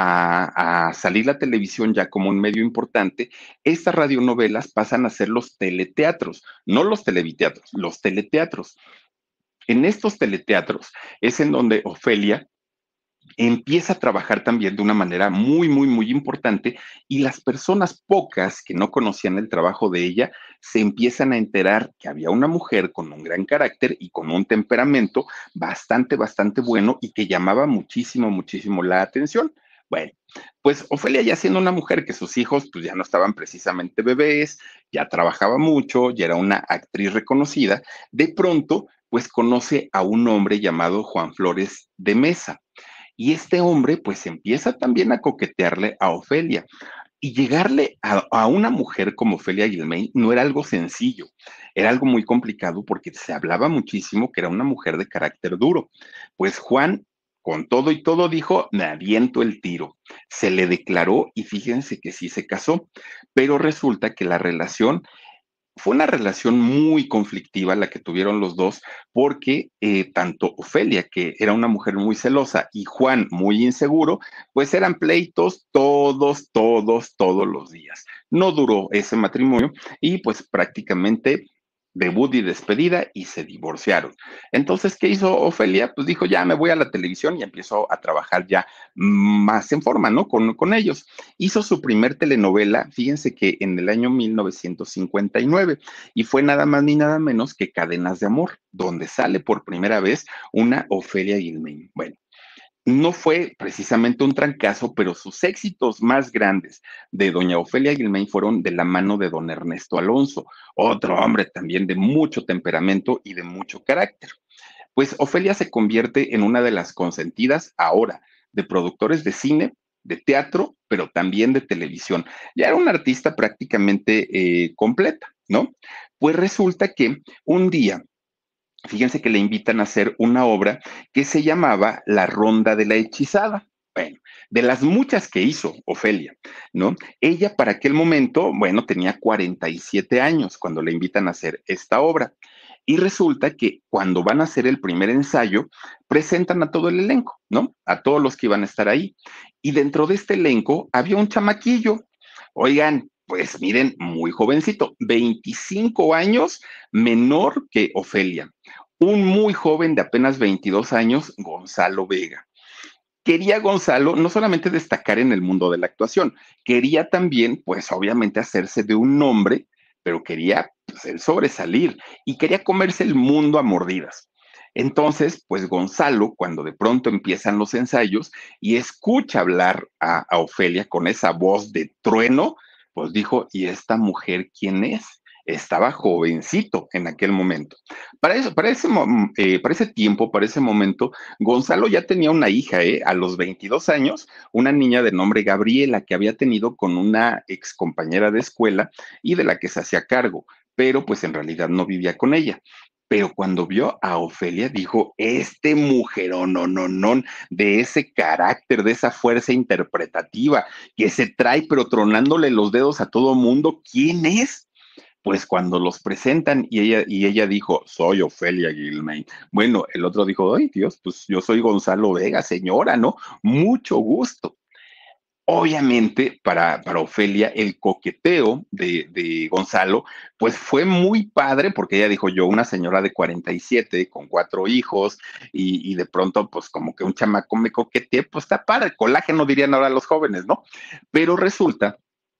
a salir la televisión ya como un medio importante, estas radionovelas pasan a ser los teleteatros, no los televiteatros, los teleteatros. En estos teleteatros es en donde Ofelia empieza a trabajar también de una manera muy, muy, muy importante y las personas pocas que no conocían el trabajo de ella se empiezan a enterar que había una mujer con un gran carácter y con un temperamento bastante, bastante bueno y que llamaba muchísimo, muchísimo la atención. Bueno, pues Ofelia ya siendo una mujer que sus hijos pues ya no estaban precisamente bebés, ya trabajaba mucho, ya era una actriz reconocida, de pronto pues conoce a un hombre llamado Juan Flores de Mesa. Y este hombre pues empieza también a coquetearle a Ofelia. Y llegarle a una mujer como Ofelia Guilmain no era algo sencillo, era algo muy complicado porque se hablaba muchísimo que era una mujer de carácter duro. Pues Juan, con todo y todo, dijo, me aviento el tiro. Se le declaró y fíjense que sí se casó, pero resulta que la relación fue una relación muy conflictiva la que tuvieron los dos, porque tanto Ofelia, que era una mujer muy celosa, y Juan, muy inseguro, pues eran pleitos todos los días. No duró ese matrimonio y pues prácticamente debut y despedida y se divorciaron. Entonces, ¿qué hizo Ofelia? Pues dijo, ya me voy a la televisión y empezó a trabajar ya más en forma, ¿no? Con ellos. Hizo su primer telenovela, fíjense que en el año 1959, y fue nada más ni nada menos que Cadenas de Amor, donde sale por primera vez una Ofelia Guilmain. Bueno, no fue precisamente un trancazo, pero sus éxitos más grandes de doña Ofelia Guilmain fueron de la mano de don Ernesto Alonso, otro hombre también de mucho temperamento y de mucho carácter. Pues Ofelia se convierte en una de las consentidas ahora de productores de cine, de teatro, pero también de televisión. Ya era una artista prácticamente completa, ¿no? Pues resulta que un día, fíjense que le invitan a hacer una obra que se llamaba La Ronda de la Hechizada. Bueno, de las muchas que hizo Ofelia, ¿no? Ella para aquel momento, bueno, tenía 47 años cuando le invitan a hacer esta obra. Y resulta que cuando van a hacer el primer ensayo, presentan a todo el elenco, ¿no? A todos los que iban a estar ahí. Y dentro de este elenco había un chamaquillo. Oigan, pues miren, muy jovencito, 25 años menor que Ofelia. Un muy joven de apenas 22 años, Gonzalo Vega. Quería Gonzalo no solamente destacar en el mundo de la actuación, quería también, pues obviamente, hacerse de un nombre, pero quería pues, el sobresalir y quería comerse el mundo a mordidas. Entonces, pues Gonzalo, cuando de pronto empiezan los ensayos y escucha hablar a Ofelia con esa voz de trueno, pues dijo, ¿y esta mujer quién es? Estaba jovencito en aquel momento. Para ese tiempo, para ese momento, Gonzalo ya tenía una hija, a los 22 años, una niña de nombre Gabriela que había tenido con una ex compañera de escuela y de la que se hacía cargo, pero pues en realidad no vivía con ella. Pero cuando vio a Ofelia, dijo, este mujerón, no, no, no, de ese carácter, de esa fuerza interpretativa que se trae, pero tronándole los dedos a todo mundo, ¿quién es? Pues cuando los presentan y ella dijo, soy Ofelia Guilmain. Bueno, el otro dijo, ay Dios, pues yo soy Gonzalo Vega, señora, ¿no? Mucho gusto. Obviamente, para Ofelia, el coqueteo de Gonzalo, pues fue muy padre, porque ella dijo yo, una señora de 47 con 4 hijos, y de pronto, pues como que un chamaco me coquetee, pues está padre, colágeno dirían ahora los jóvenes, ¿no? Pero resulta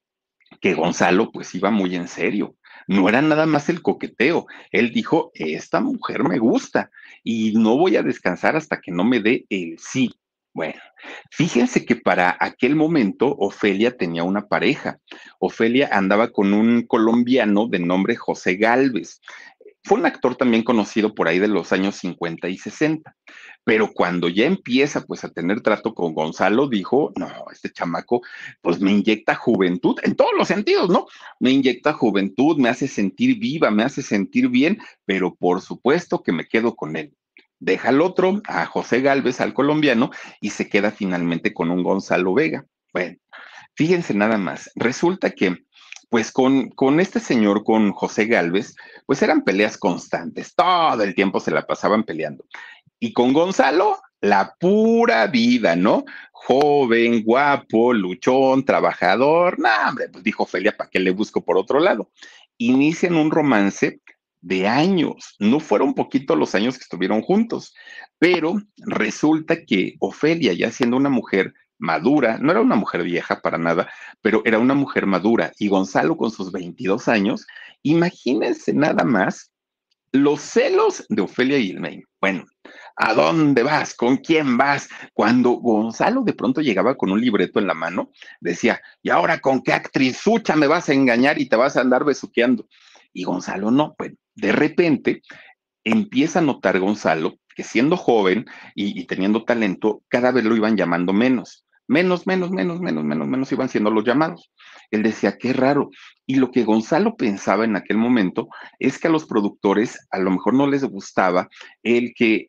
que Gonzalo pues iba muy en serio. No era nada más el coqueteo. Él dijo, esta mujer me gusta y no voy a descansar hasta que no me dé el sí. Bueno, fíjense que para aquel momento Ofelia tenía una pareja. Ofelia andaba con un colombiano de nombre José Galvez. Fue un actor también conocido por ahí de los años 50 y 60, pero cuando ya empieza pues a tener trato con Gonzalo, dijo, no, este chamaco pues me inyecta juventud en todos los sentidos, ¿no? Me inyecta juventud, me hace sentir viva, me hace sentir bien, pero por supuesto que me quedo con él. Deja al otro, a José Galvez, al colombiano, y se queda finalmente con un Gonzalo Vega. Bueno, fíjense nada más, resulta que pues con este señor, con José Galvez, pues eran peleas constantes, todo el tiempo se la pasaban peleando. Y con Gonzalo, la pura vida, ¿no? Joven, guapo, luchón, trabajador. No, hombre, pues dijo Ofelia, ¿para qué le busco por otro lado? Inician un romance de años. No fueron poquitos los años que estuvieron juntos, pero resulta que Ofelia, ya siendo una mujer madura, no era una mujer vieja para nada, pero era una mujer madura, y Gonzalo con sus 22 años, imagínense nada más los celos de Ofelia Guilmain. Bueno, ¿a dónde vas? ¿Con quién vas? Cuando Gonzalo de pronto llegaba con un libreto en la mano, decía, ¿y ahora con qué actrizucha me vas a engañar y te vas a andar besuqueando? Y Gonzalo no, pues de repente empieza a notar Gonzalo que siendo joven y teniendo talento, cada vez lo iban llamando menos. Menos iban siendo los llamados. Él decía, qué raro. Y lo que Gonzalo pensaba en aquel momento es que a los productores a lo mejor no les gustaba el que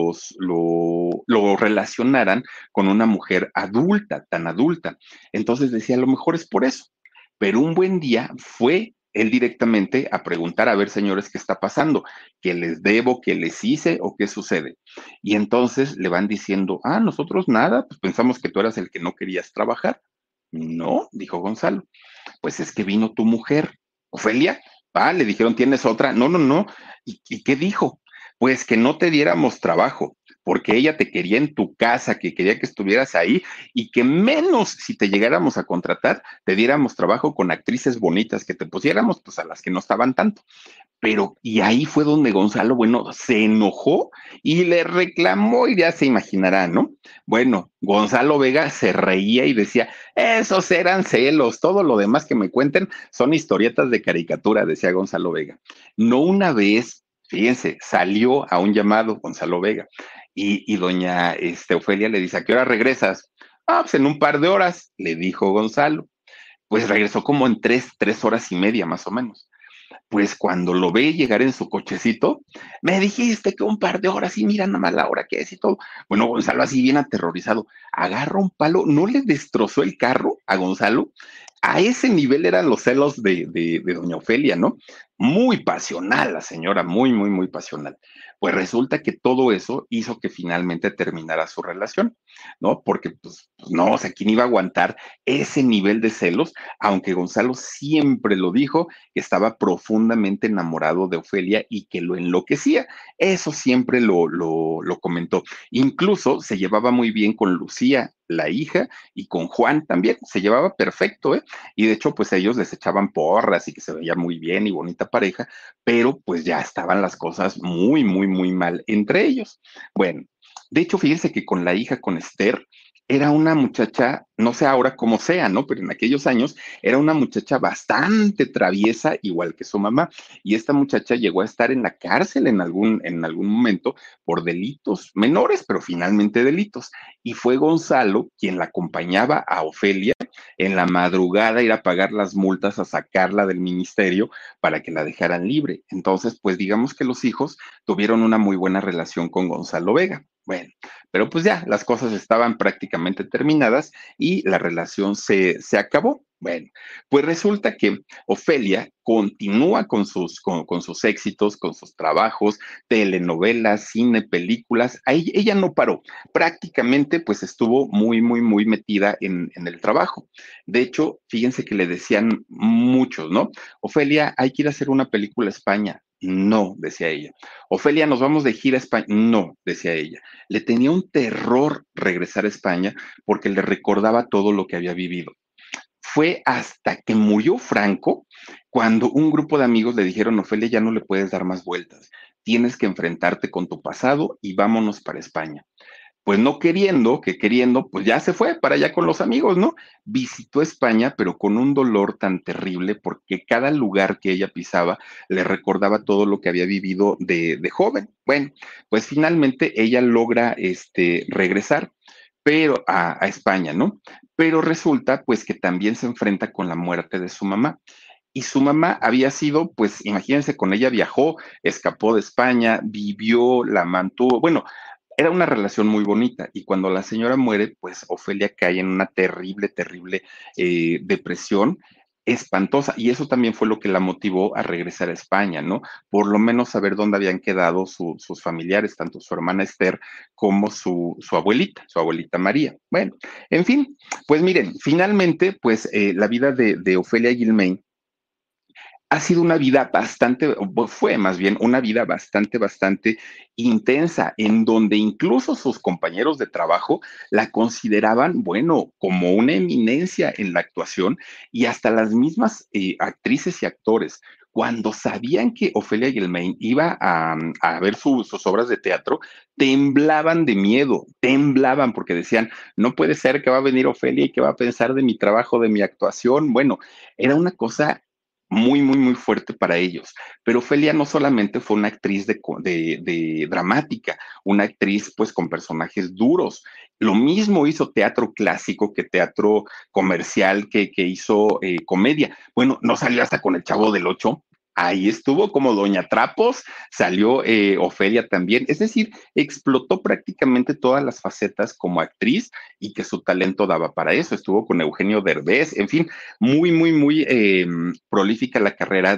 lo relacionaran con una mujer adulta, tan adulta. Entonces decía, a lo mejor es por eso. Pero un buen día fue él directamente a preguntar, a ver, señores, ¿qué está pasando? ¿Qué les debo? ¿Qué les hice? ¿O qué sucede? Y entonces le van diciendo, nosotros nada, pues pensamos que tú eras el que no querías trabajar. No, dijo Gonzalo, pues es que vino tu mujer, Ofelia. Le dijeron, ¿tienes otra? No, no, no. ¿Y qué dijo? Pues que no te diéramos trabajo, porque ella te quería en tu casa, que quería que estuvieras ahí y que menos si te llegáramos a contratar, te diéramos trabajo con actrices bonitas, que te pusiéramos pues a las que no estaban tanto. Pero, y ahí fue donde Gonzalo, bueno, se enojó y le reclamó, y ya se imaginará, ¿no? Bueno, Gonzalo Vega se reía y decía, esos eran celos, todo lo demás que me cuenten son historietas de caricatura, decía Gonzalo Vega. No una vez, fíjense, salió a un llamado Gonzalo Vega y doña Ofelia le dice, ¿a qué hora regresas? Pues en un par de horas, le dijo Gonzalo. Pues regresó como en tres horas y media más o menos. Pues cuando lo ve llegar en su cochecito, me dijiste que un par de horas y mira nada más la hora que es y todo. Bueno, Gonzalo así bien aterrorizado, agarra un palo, no le destrozó el carro a Gonzalo. A ese nivel eran los celos de doña Ofelia, ¿no? Muy pasional la señora, muy pasional. Pues resulta que todo eso hizo que finalmente terminara su relación, ¿no? Porque, pues no, o sea, ¿quién iba a aguantar ese nivel de celos? Aunque Gonzalo siempre lo dijo, que estaba profundamente enamorado de Ofelia y que lo enloquecía. Eso siempre lo comentó. Incluso se llevaba muy bien con Lucía, la hija, y con Juan también. Se llevaba perfecto, ¿eh? Y de hecho, pues ellos les echaban porras y que se veían muy bien y bonita pareja, pero pues ya estaban las cosas muy mal entre ellos. Bueno, de hecho, fíjense que con la hija, con Esther, era una muchacha, no sé ahora cómo sea, ¿no? Pero en aquellos años era una muchacha bastante traviesa, igual que su mamá. Y esta muchacha llegó a estar en la cárcel en algún momento por delitos menores, pero finalmente delitos. Y fue Gonzalo quien la acompañaba a Ofelia en la madrugada a ir a pagar las multas, a sacarla del ministerio para que la dejaran libre. Entonces, pues digamos que los hijos tuvieron una muy buena relación con Gonzalo Vega. Bueno, pero pues ya las cosas estaban prácticamente terminadas y la relación se acabó. Bueno, pues resulta que Ofelia continúa con sus éxitos, con sus trabajos, telenovelas, cine, películas. Ahí, ella no paró. Prácticamente pues estuvo muy metida en el trabajo. De hecho, fíjense que le decían muchos, ¿no? Ofelia, hay que ir a hacer una película a España. No, decía ella. Ofelia, nos vamos de gira a España. No, decía ella. Le tenía un terror regresar a España porque le recordaba todo lo que había vivido. Fue hasta que murió Franco cuando un grupo de amigos le dijeron, Ofelia, ya no le puedes dar más vueltas. Tienes que enfrentarte con tu pasado y vámonos para España. Pues no queriendo, que queriendo, pues ya se fue para allá con los amigos, ¿no? Visitó España, pero con un dolor tan terrible porque cada lugar que ella pisaba le recordaba todo lo que había vivido de joven. Bueno, pues finalmente ella logra regresar, pero a España, ¿no? Pero resulta pues que también se enfrenta con la muerte de su mamá. Y su mamá había sido, pues imagínense, con ella viajó, escapó de España, vivió, la mantuvo, bueno, era una relación muy bonita y cuando la señora muere, pues Ofelia cae en una terrible depresión espantosa y eso también fue lo que la motivó a regresar a España, ¿no? Por lo menos saber dónde habían quedado sus familiares, tanto su hermana Esther como su abuelita María. Bueno, en fin, pues miren, finalmente, pues la vida de Ofelia Gilmain ha sido una vida bastante, fue más bien una vida bastante intensa, en donde incluso sus compañeros de trabajo la consideraban, bueno, como una eminencia en la actuación y hasta las mismas actrices y actores. Cuando sabían que Ofelia Guilmain iba a ver sus obras de teatro, temblaban de miedo, temblaban porque decían, no puede ser que va a venir Ofelia y que va a pensar de mi trabajo, de mi actuación. Bueno, era una cosa muy, muy, muy fuerte para ellos. Pero Ofelia no solamente fue una actriz de dramática, una actriz pues con personajes duros. Lo mismo hizo teatro clásico que teatro comercial, que hizo comedia. Bueno, no salió hasta con El Chavo del Ocho. Ahí estuvo como Doña Trapos, salió Ofelia también. Es decir, explotó prácticamente todas las facetas como actriz y que su talento daba para eso. Estuvo con Eugenio Derbez, en fin, muy, muy, muy prolífica la carrera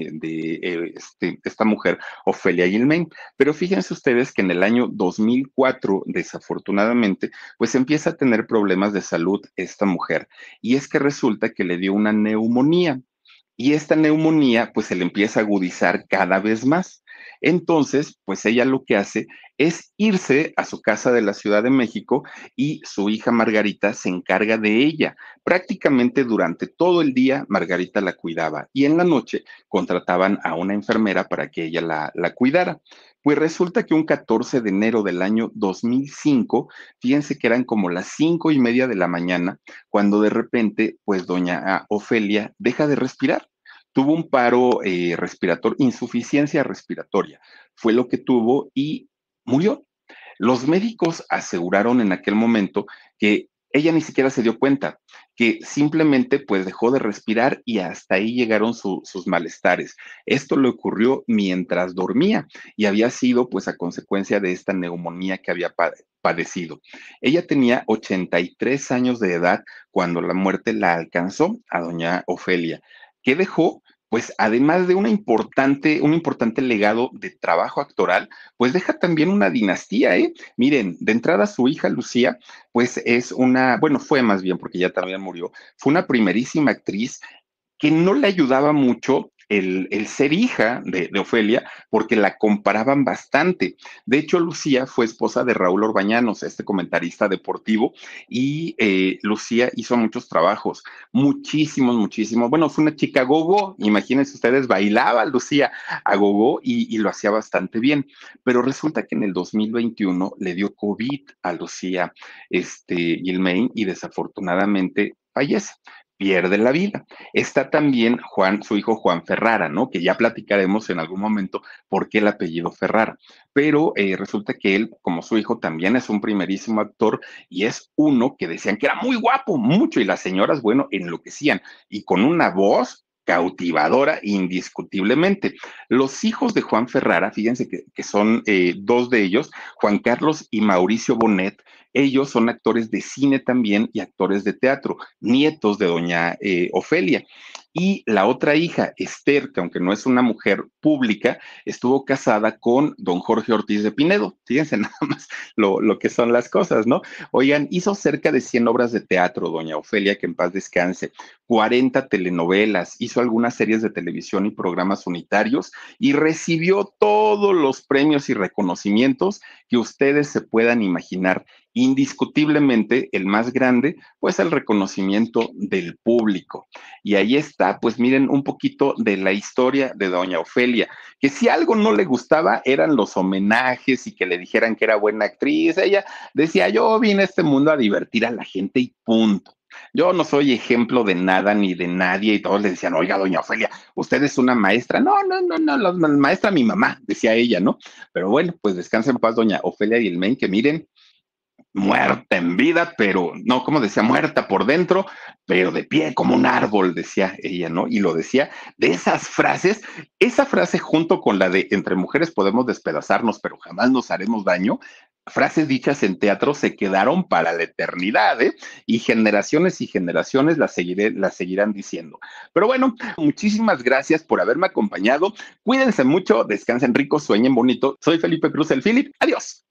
de esta mujer, Ofelia Gilmain. Pero fíjense ustedes que en el año 2004, desafortunadamente, pues empieza a tener problemas de salud esta mujer. Y es que resulta que le dio una neumonía. Y esta neumonía pues se le empieza a agudizar cada vez más. Entonces, pues ella lo que hace es irse a su casa de la Ciudad de México y su hija Margarita se encarga de ella. Prácticamente durante todo el día Margarita la cuidaba y en la noche contrataban a una enfermera para que ella la cuidara. Pues resulta que un 14 de enero del año 2005, fíjense que eran como las 5:30 de la mañana, cuando de repente, pues doña Ofelia deja de respirar. Tuvo un paro respiratorio, insuficiencia respiratoria, fue lo que tuvo y murió. Los médicos aseguraron en aquel momento que ella ni siquiera se dio cuenta, que simplemente pues dejó de respirar y hasta ahí llegaron sus malestares. Esto le ocurrió mientras dormía y había sido pues a consecuencia de esta neumonía que había padecido. Ella tenía 83 años de edad cuando la muerte la alcanzó a doña Ofelia, que dejó pues además de un importante legado de trabajo actoral, pues deja también una dinastía, ¿eh? Miren, de entrada su hija Lucía, pues es una, bueno, fue más bien porque ya también murió, fue una primerísima actriz que no le ayudaba mucho el ser hija de Ofelia, porque la comparaban bastante. De hecho, Lucía fue esposa de Raúl Orbañanos, este comentarista deportivo, y Lucía hizo muchos trabajos, muchísimos, muchísimos. Bueno, fue una chica gogo, imagínense ustedes, bailaba Lucía a gogo y lo hacía bastante bien. Pero resulta que en el 2021 le dio COVID a Lucía Gilmain y desafortunadamente fallece, pierde la vida. Está también Juan, su hijo Juan Ferrara, ¿no? Que ya platicaremos en algún momento por qué el apellido Ferrara. Pero resulta que él, como su hijo, también es un primerísimo actor y es uno que decían que era muy guapo, mucho, y las señoras, bueno, enloquecían. Y con una voz cautivadora indiscutiblemente. Los hijos de Juan Ferrara, fíjense que son dos de ellos, Juan Carlos y Mauricio Bonet, ellos son actores de cine también y actores de teatro, nietos de doña Ofelia. Y la otra hija, Esther, que aunque no es una mujer pública, estuvo casada con don Jorge Ortiz de Pinedo. Fíjense nada más lo que son las cosas, ¿no? Oigan, hizo cerca de 100 obras de teatro, doña Ofelia, que en paz descanse, 40 telenovelas, hizo algunas series de televisión y programas unitarios y recibió todos los premios y reconocimientos que ustedes se puedan imaginar. Indiscutiblemente el más grande, pues el reconocimiento del público. Y ahí está, pues miren un poquito de la historia de doña Ofelia, que si algo no le gustaba eran los homenajes y que le dijeran que era buena actriz. Ella decía, yo vine a este mundo a divertir a la gente y punto. Yo no soy ejemplo de nada ni de nadie y todos le decían, oiga, doña Ofelia, usted es una maestra. No, no, no, no, la maestra mi mamá, decía ella, ¿no? Pero bueno, pues descansa en paz doña Ofelia Guilmain, que miren, muerta en vida, pero no, como decía, muerta por dentro, pero de pie como un árbol, decía ella, ¿no? Y lo decía de esas frases, esa frase junto con la de entre mujeres podemos despedazarnos, pero jamás nos haremos daño, frases dichas en teatro se quedaron para la eternidad, ¿eh? Y generaciones y generaciones las seguirán diciendo. Pero bueno, muchísimas gracias por haberme acompañado. Cuídense mucho, descansen rico, sueñen bonito. Soy Felipe Cruz, el Philip. Adiós.